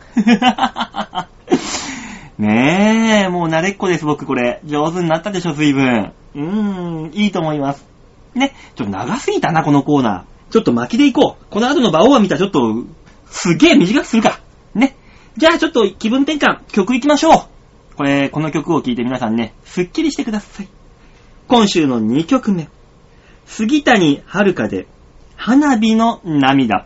ねえ、もう慣れっこです僕これ。上手になったでしょ随分。うーん、いいと思います。ね、ちょっと長すぎたなこのコーナー。ちょっと巻きでいこう。この後の場を見たらちょっと、すげえ短くするか。ね。じゃあちょっと気分転換、曲いきましょう。これ、この曲を聴いて皆さんね、すっきりしてください。今週のにきょくめ。杉谷遥で、花火の涙。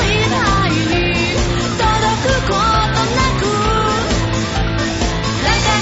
届くことなく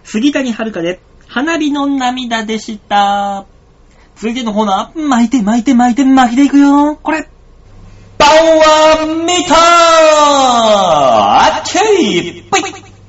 杉谷遥で花火の涙でした。続いてのコーナー、巻いて巻いて巻いて巻いていくよ。これ。バオは見たーあっちいぽい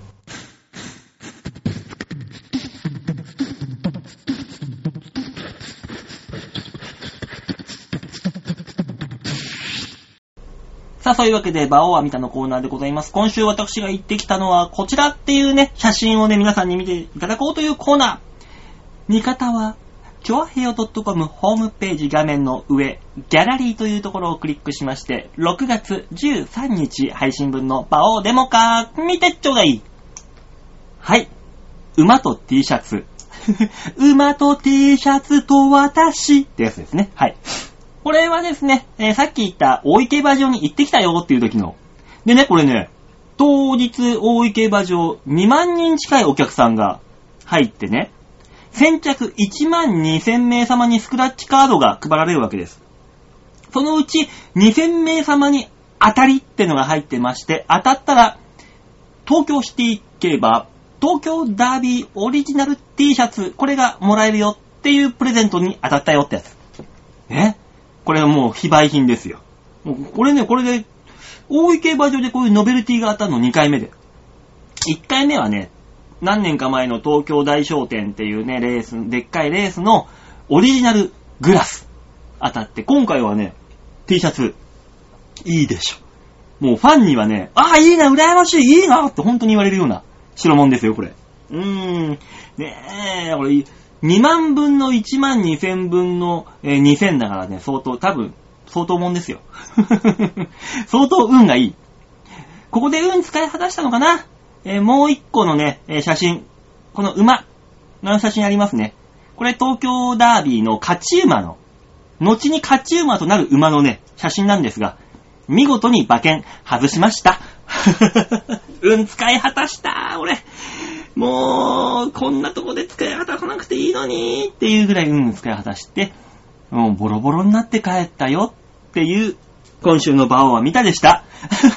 さあ、そういうわけで、バオは見たのコーナーでございます。今週私が行ってきたのはこちらっていうね、写真をね、皆さんに見ていただこうというコーナー。見方は、チョアヘヨ .com ホームページ画面の上、ギャラリーというところをクリックしまして、ろくがつじゅうさんにち配信分のバオデモか、見てちょうだい。はい。馬と T シャツ。馬と T シャツと私ってやつですね。はい。これはですね、えー、さっき言った大井競馬場に行ってきたよっていう時の。でね、これね、当日大井競馬場にまんにん近いお客さんが入ってね、先着いちまんにせんめい様にスクラッチカードが配られるわけです。そのうちにせんめい様に当たりってのが入ってまして、当たったら東京シティ競馬、東京ダービーオリジナル T シャツ、これがもらえるよっていうプレゼントに当たったよってやつ。ね。これはもう非売品ですよ。もうこれね、これで、大井競馬場でこういうノベルティが当たるのにかいめで。いっかいめはね、何年か前の東京大商店っていうね、レース、でっかいレースのオリジナルグラス当たって、今回はね、T シャツ、いいでしょ。もうファンにはね、ああ、いいな、羨ましい、いいなって本当に言われるような代物ですよ、これ。うーん、ねえ、これ、にまんぶんのいちまんにせんぶんの、えー、にせんだからね、相当、多分、相当もんですよ。相当運がいい。ここで運使い果たしたのかな、えー、もう一個のね、えー、写真。この馬の写真ありますね。これ東京ダービーの勝ち馬の、後に勝ち馬となる馬のね、写真なんですが、見事に馬券外しました。運使い果たした俺。もう、こんなとこで使い果たさなくていいのにっていうぐらい運使い果たして、もうボロボロになって帰ったよっていう、今週のバオは見たでした。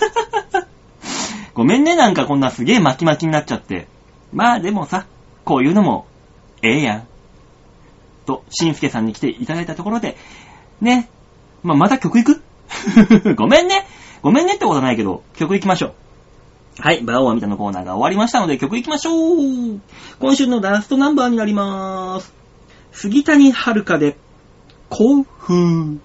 ごめんね、なんかこんなすげえ巻き巻きになっちゃって。まあでもさ、こういうのも、ええやん。と、しんすけさんに来ていただいたところで、ね、まあまた曲行くごめんね。ごめんねってことはないけど、曲行きましょう。はい、バオは見たのコーナーが終わりましたので曲行きましょう。今週のラストナンバーになりまーす。杉谷遥で興奮。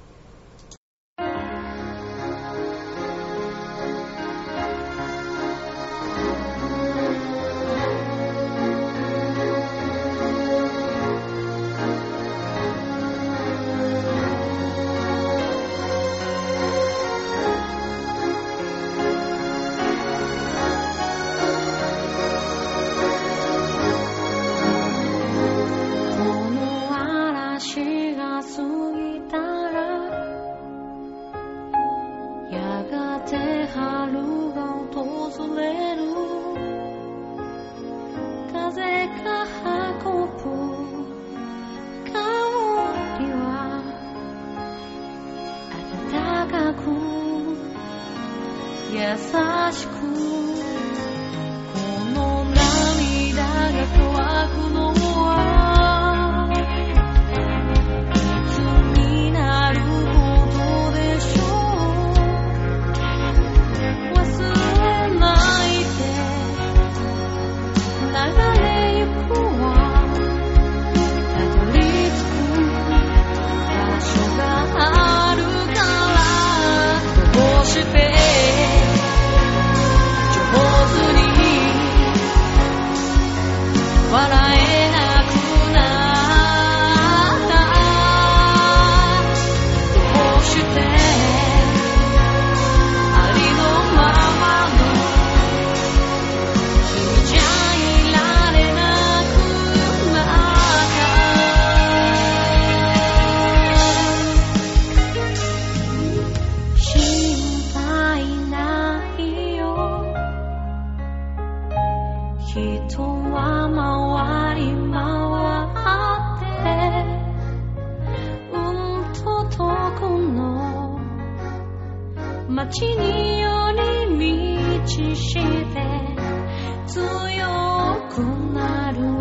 街に寄り道して強くなる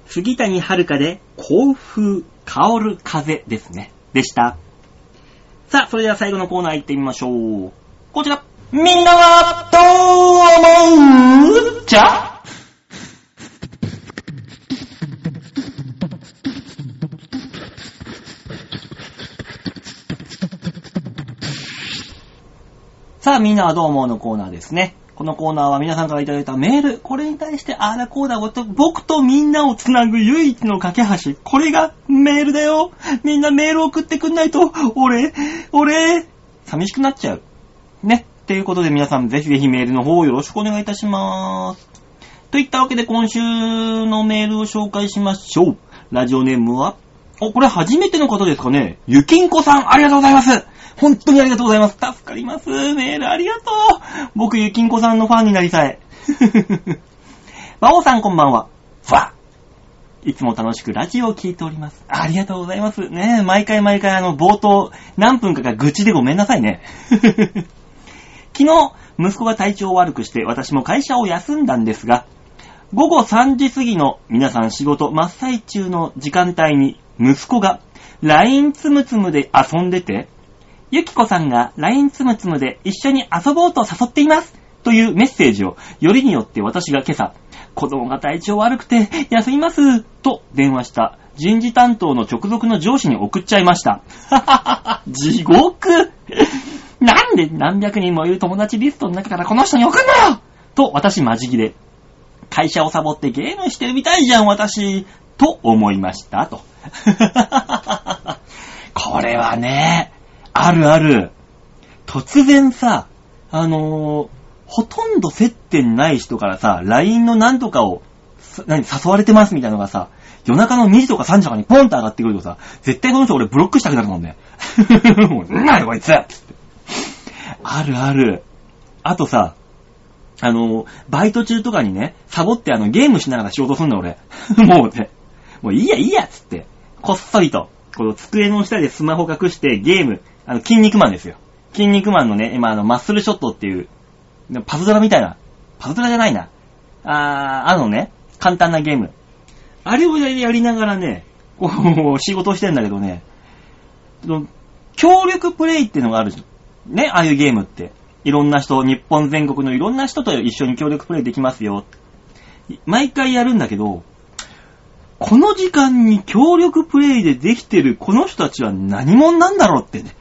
杉谷遥で甲風香る風ですね。でした。さあ、それでは最後のコーナー行ってみましょう。こちら。みんなはどう思う？じゃ？さあ、みんなはどう思うのコーナーですね。このコーナーは皆さんからいただいたメール、これに対してあーだこーだと僕とみんなをつなぐ唯一の架け橋、これがメールだよ。みんなメール送ってくんないと、俺、俺、寂しくなっちゃう。ね。ということで皆さんぜひぜひメールの方をよろしくお願いいたします。といったわけで今週のメールを紹介しましょう。ラジオネームは、お、これ初めての方ですかね。ゆきんこさん、ありがとうございます。本当にありがとうございます。助かります。メールありがとう。僕、ゆきんこさんのファンになりたい。馬王さんこんばんは。ファいつも楽しくラジオを聞いております。ありがとうございます。ねえ、毎回毎回あの、冒頭、何分かが愚痴でごめんなさいね。昨日、息子が体調を悪くして、私も会社を休んだんですが、午後さんじ過ぎの皆さん仕事真っ最中の時間帯に、息子が ライン つむつむで遊んでて、ゆきこさんが ライン つむつむで一緒に遊ぼうと誘っていますというメッセージをよりによって私が今朝、子供が体調悪くて休みますと電話した人事担当の直属の上司に送っちゃいました。地獄なんで何百人もいる友達リストの中からこの人に送んなよと私マジギレ。会社をサボってゲームしてるみたいじゃん私と思いましたと。これはね、あるある。突然さ、あのー、ほとんど接点ない人からさ、ライン のなんとかを、何、誘われてますみたいなのがさ、夜中のにじとかさんじとかにポンと上がってくるとさ、絶対この人俺ブロックしたくなるもんね。もう、なんだよこいつつって。あるある。あとさ、あのー、バイト中とかにね、サボってあの、ゲームしながら仕事すんだ俺。もうね、もういいやいいやっつって、こっそりと、この机の下でスマホ隠してゲーム、あの、筋肉マンですよ。筋肉マンのね、今あの、マッスルショットっていう、パズドラみたいな、パズドラじゃないな。あー、あのね、簡単なゲーム。あれをやりながらね、こう、仕事してんだけどね、協力プレイっていうのがあるじゃん。ね、ああいうゲームって。いろんな人、日本全国のいろんな人と一緒に協力プレイできますよ。毎回やるんだけど、この時間に協力プレイでできてるこの人たちは何者なんだろうってね。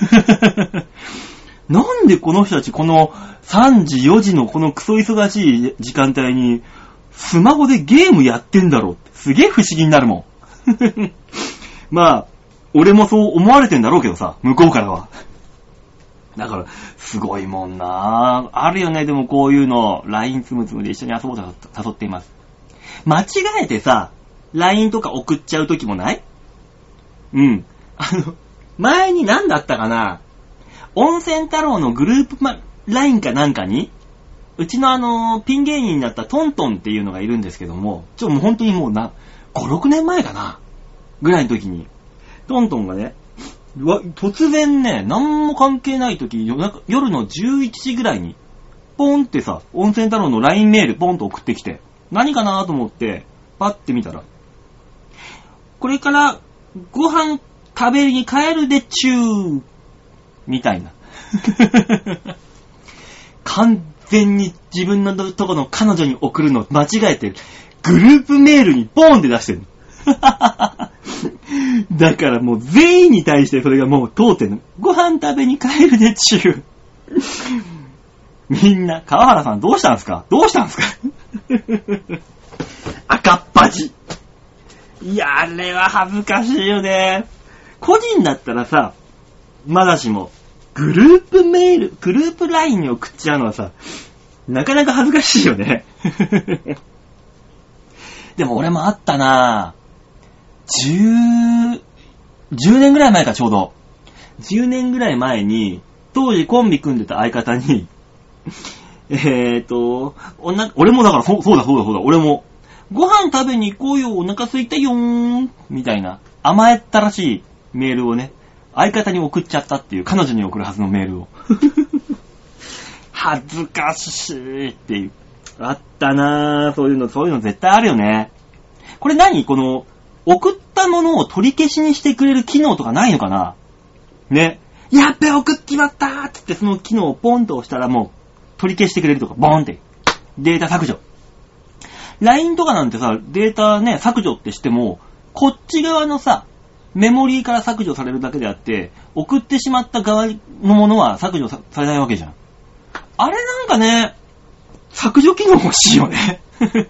なんでこの人たちこのさんじよじのこのクソ忙しい時間帯にスマホでゲームやってんだろうってすげえ不思議になるもん。まあ、俺もそう思われてんだろうけどさ、向こうからは。だから、すごいもんなぁ。あるよね、でもこういうの、ライン つむつむで一緒に遊ぼうと誘っています。間違えてさ、ライン とか送っちゃうときもない？うん。あの、前に何だったかな？温泉太郎のグループ、ま、ライン かなんかに、うちのあの、ピン芸人になったトントンっていうのがいるんですけども、ちょ、もう本当にもうな、ご、ろくねんまえかなぐらいの時に、トントンがね、突然ね、何も関係ない時、夜のじゅういちじぐらいに、ポンってさ、温泉太郎の ライン メールポンと送ってきて、何かなと思って、パッて見たら、これからご飯食べに帰るでちゅーみたいな。完全に自分のとこの彼女に送るの間違えて、グループメールにポーンって出してる。だからもう全員に対してそれがもう通ってるの。ご飯食べに帰るでちゅー。みんな、川原さんどうしたんすかどうしたんすか赤っ端。いや、あれは恥ずかしいよね。個人だったらさ、まだしも、グループメール、グループラインに送っちゃうのはさ、なかなか恥ずかしいよね。でも俺もあったなぁ。じゅう、じゅうねんぐらい前かちょうど。じゅうねんぐらい前に、当時コンビ組んでた相方に、えーと、おな、俺もだからそ、そうだそうだそうだ、俺も、ご飯食べに行こうよ、お腹空いたよーん、みたいな、甘えったらしいメールをね、相方に送っちゃったっていう、彼女に送るはずのメールを。恥ずかしいっていう。あったなぁ、そういうの、そういうの絶対あるよね。 これ何この、送ったものを取り消しにしてくれる機能とかないのかなね。やっべ、送っちまったーって言ってその機能をポンと押したらもう取り消してくれるとか、ボーンって。データ削除。ライン とかなんてさ、データね、削除ってしても、こっち側のさ、メモリーから削除されるだけであって、送ってしまった側のものは削除 さ, されないわけじゃん。あれなんかね、削除機能欲しいよね。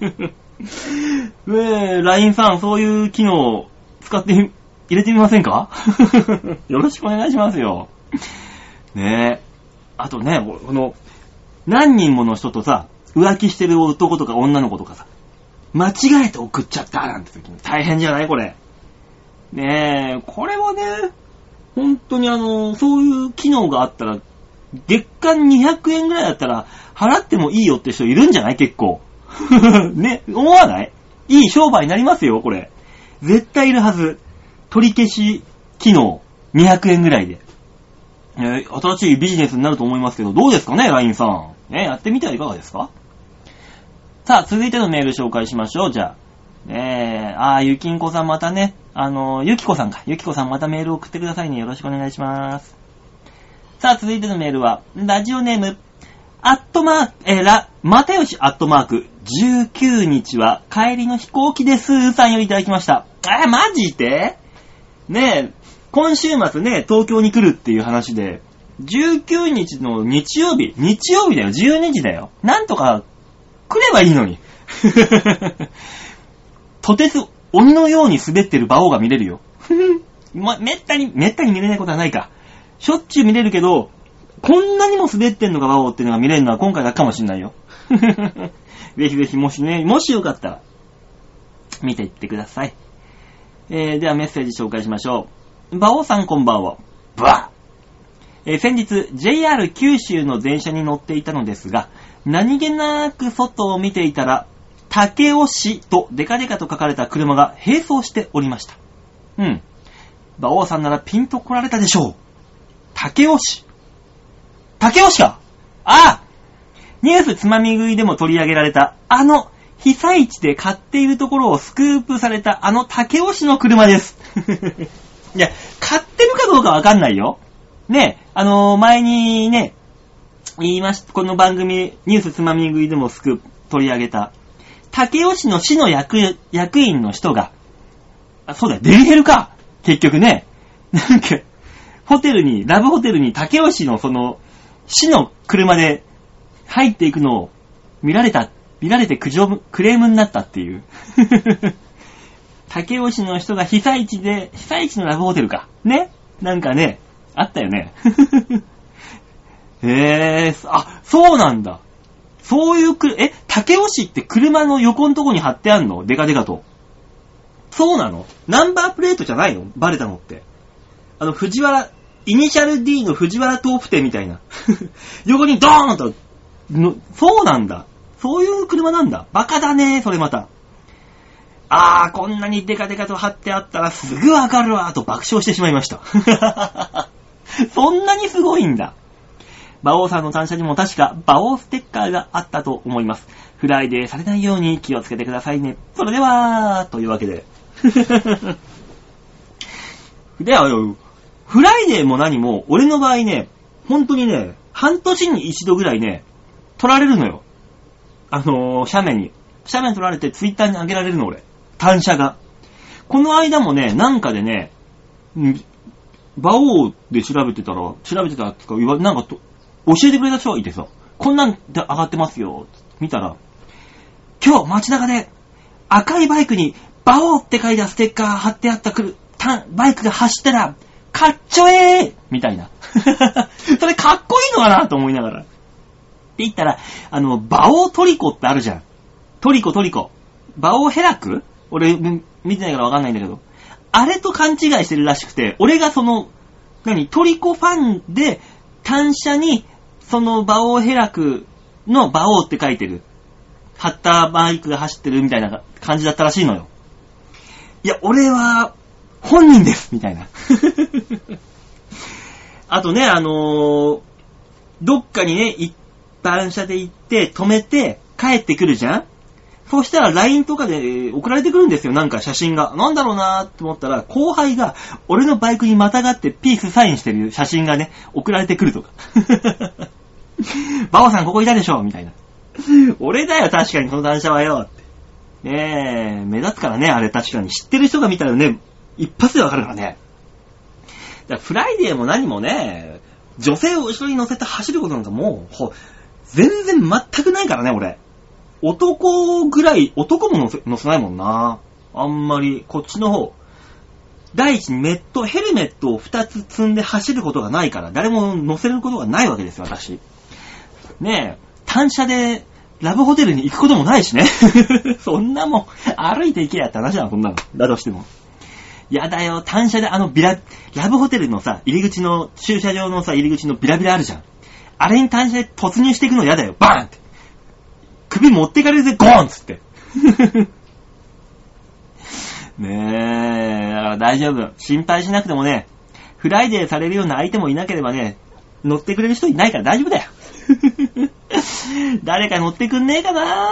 ねえ、ライン さん、そういう機能使って入れてみませんか？よろしくお願いしますよ。ねえ。あとね、この、何人もの人とさ、浮気してる男とか女の子とかさ、間違えて送っちゃったなんて時に大変じゃないこれ。ねえ、これはね、本当にあの、そういう機能があったら、月間にひゃくえんぐらいだったら、払ってもいいよって人いるんじゃない結構。ね、思わない？いい商売になりますよ、これ。絶対いるはず。取り消し機能、にひゃくえんぐらいで。えー、新しいビジネスになると思いますけど、どうですかね、ライン さん。ね、やってみてはいかがですか？さあ、続いてのメール紹介しましょう。じゃあ。ねえ、あー、ゆきんこさんまたね、あの、ゆきこさんか。ゆきこさんまたメール送ってくださいね。よろしくお願いします。さあ、続いてのメールは、ラジオネーム、アットマーク、えー、ら、またよしアットマーク、じゅうくにちは帰りの飛行機です。さんよりいただきました。えー、マジで？ねえ、今週末ね、東京に来るっていう話で、じゅうくにちの日曜日、日曜日だよ、じゅうにじだよ。なんとか来ればいいのに。とてつ、鬼のように滑ってる馬王が見れるよ。ま、めったに、めったに見れないことはないか。しょっちゅう見れるけど、こんなにも滑ってんのか馬王っていうのが見れるのは今回だけかもしんないよ。ぜひぜひもしね、もしよかったら、見ていってください。えー、ではメッセージ紹介しましょう。馬王さんこんばんは。バー、えー、先日 ジェイアール 九州の電車に乗っていたのですが、何気なく外を見ていたら、武雄市とデカデカと書かれた車が並走しておりました。うん。馬王さんならピンと来られたでしょう。武雄市。武雄市か。ああ、ニュースつまみ食いでも取り上げられた、あの、被災地で買っているところをスクープされたあの武雄市の車です。いや、買ってるかどうかわかんないよ。ね、あのー、前にね、言いました、この番組、ニュースつまみ食いでもスクープ取り上げた、武雄市の市の役、役員の人が、あ、そうだよ、デリヘルか。結局ね、なんか、ホテルに、ラブホテルに武雄市のその、市の車で入っていくのを見られた、見られて苦情、クレームになったっていう。武雄市の人が被災地で、被災地のラブホテルか。ね？なんかね、あったよね。へー、あ、そうなんだ。そういうく、え、武雄市って車の横のとこに貼ってあんの？デカデカと。そうなの？ナンバープレートじゃないの？バレたのって。あの、藤原、イニシャル D の藤原豆腐店みたいな。横にドーンとの、そうなんだ。そういう車なんだ。バカだね、それまた。あー、こんなにデカデカと貼ってあったらすぐわかるわ、と爆笑してしまいました。そんなにすごいんだ。馬王さんの単車にも確か馬王ステッカーがあったと思います。フライデーされないように気をつけてくださいね。それでは、というわけで。では、フライデーも何も、俺の場合ね、本当にね、半年に一度ぐらいね、取られるのよ。あのー、写メに。写メ取られてツイッターに上げられるの、俺。単車が。この間もね、なんかでね、馬王で調べてたら、調べてたら、なんかと、教えてくれた人がいてさ、こんなんで上がってますよ。見たら、今日街中で赤いバイクに馬王って書いたステッカー貼ってあったくる、バイクが走ったら、かっちょえーみたいな。それかっこいいのかなと思いながら。って言ったら、あの、馬王トリコってあるじゃん。トリコトリコ。馬王ヘラク？俺、見てないからわかんないんだけど。あれと勘違いしてるらしくて、俺がその、何、トリコファンで、単車に、その馬王ヘラクの馬王って書いてる。貼ったバイクが走ってるみたいな感じだったらしいのよ。いや、俺は、本人ですみたいな。あとね、あのー、どっかにね、一般車で行って、止めて、帰ってくるじゃん？ そうしたら ライン とかで送られてくるんですよ、なんか写真が。なんだろうなーって思ったら、後輩が俺のバイクにまたがってピースサインしてる写真がね、送られてくるとか。バオさんここいたでしょみたいな。俺だよ、確かにこの単車はよって。ねえ、目立つからね、あれ確かに。知ってる人が見たらね、一発でわかるからね。だからフライデーも何もね、女性を後ろに乗せて走ることなんかもう、ほ全然全くないからね、俺。男ぐらい、男も乗せ、乗せないもんな。あんまり、こっちの方。第一にメット、ヘルメットを二つ積んで走ることがないから、誰も乗せることがないわけですよ、私。ねえ、単車でラブホテルに行くこともないしね。そんなもん、歩いて行けやって話だな、そんなの。だとしても。やだよ、単車であのビラ、ラブホテルのさ、入り口の、駐車場のさ、入り口のビラビラあるじゃん。あれに単車で突入していくのやだよ、バーンって。首持ってかれるぜ、ゴーンつって。ねえ、だから大丈夫。心配しなくてもね、フライデーされるような相手もいなければね、乗ってくれる人いないから大丈夫だよ。誰か乗ってくんねえかな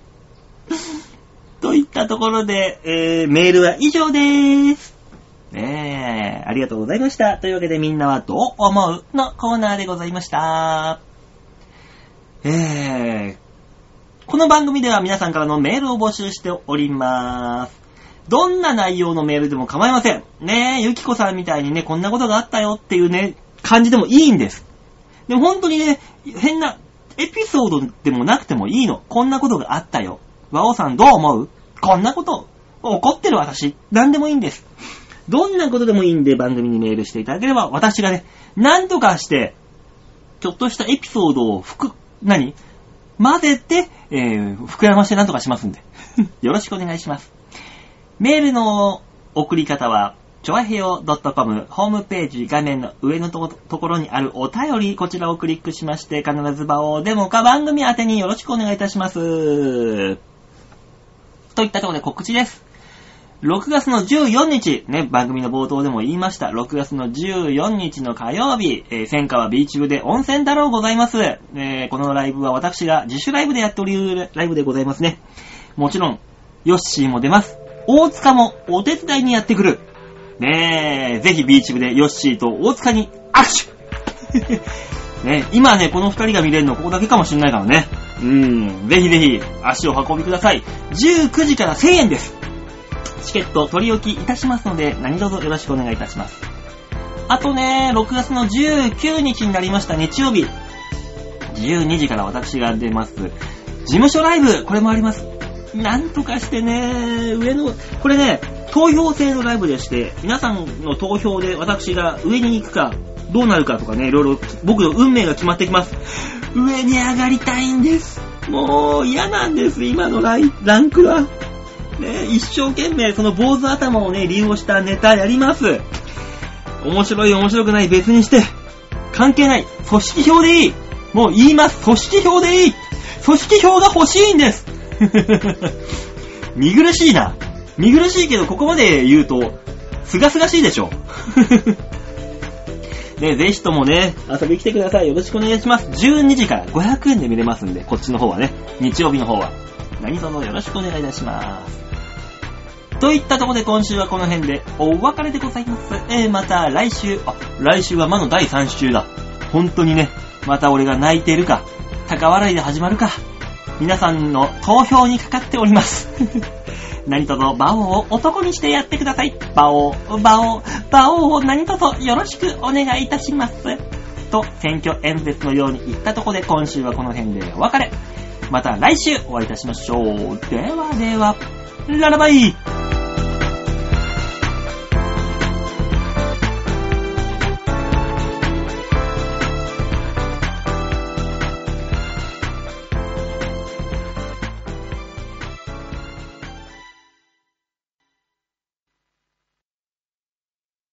といったところで、えー、メールは以上でーす。ねえ、ありがとうございました。というわけでみんなはどう思うのコーナーでございました。えー、この番組では皆さんからのメールを募集しております。どんな内容のメールでも構いません。ねえ、ゆきこさんみたいにね、こんなことがあったよっていうね、感じでもいいんです。でも本当にね、変なエピソードでもなくてもいいの。こんなことがあったよ。ワオさんどう思う？こんなこと怒ってる私。なんでもいいんです。どんなことでもいいんで番組にメールしていただければ、私がね、なんとかして、ちょっとしたエピソードをふく、何？混ぜて、えー、膨らましてなんとかしますんで。よろしくお願いします。メールの送り方は、ちょわへよ .com ホームページ画面の上のところにあるお便り、こちらをクリックしまして、必ず場をデモか番組宛てによろしくお願いいたします。といったところで告知です。ろくがつのじゅうよっか、ね、番組の冒頭でも言いました。ろくがつのじゅうよっかの火曜日、えー、千川ビーチ部で温泉太郎ございます。えー、このライブは私が自主ライブでやっておるライブでございますね。もちろん、ヨッシーも出ます。大塚もお手伝いにやってくる。ねえ、ぜひビーチ部でヨッシーと大塚に握手ね、今ね、この二人が見れるのここだけかもしれないからね。うーん、ぜひぜひ足を運びください。じゅうくじからせんえんです。チケット取り置きいたしますので、何卒よろしくお願いいたします。あとね、ろくがつのじゅうくにちになりました日曜日。じゅうにじから私が出ます。事務所ライブ、これもあります。なんとかしてね、上の、これね、投票制のライブでして、皆さんの投票で私が上に行くか、どうなるかとかね、いろいろ僕の運命が決まってきます。上に上がりたいんです。もう嫌なんです、今のライランクは。ね、一生懸命その坊主頭をね、利用したネタやります。面白い面白くない別にして、関係ない。組織票でいい。もう言います。組織票でいい。組織票が欲しいんです。見苦しいな。見苦しいけど、ここまで言うと、すがすがしいでしょ。ね、ぜひともね、遊びに来てください。よろしくお願いします。じゅうにじからごひゃくえんで見れますんで、こっちの方はね、日曜日の方は。何卒よろしくお願いいたします。といったところで今週はこの辺でお別れでございます。えー、また来週、あ、来週は魔のだいさん週だ。本当にね、また俺が泣いているか、高笑いで始まるか、皆さんの投票にかかっております。何卒バオを男にしてやってください。バオ、バオ、バオを何卒よろしくお願いいたします。と、選挙演説のように言ったところで今週はこの辺でお別れ。また来週お会いいたしましょう。ではでは、ララバイ。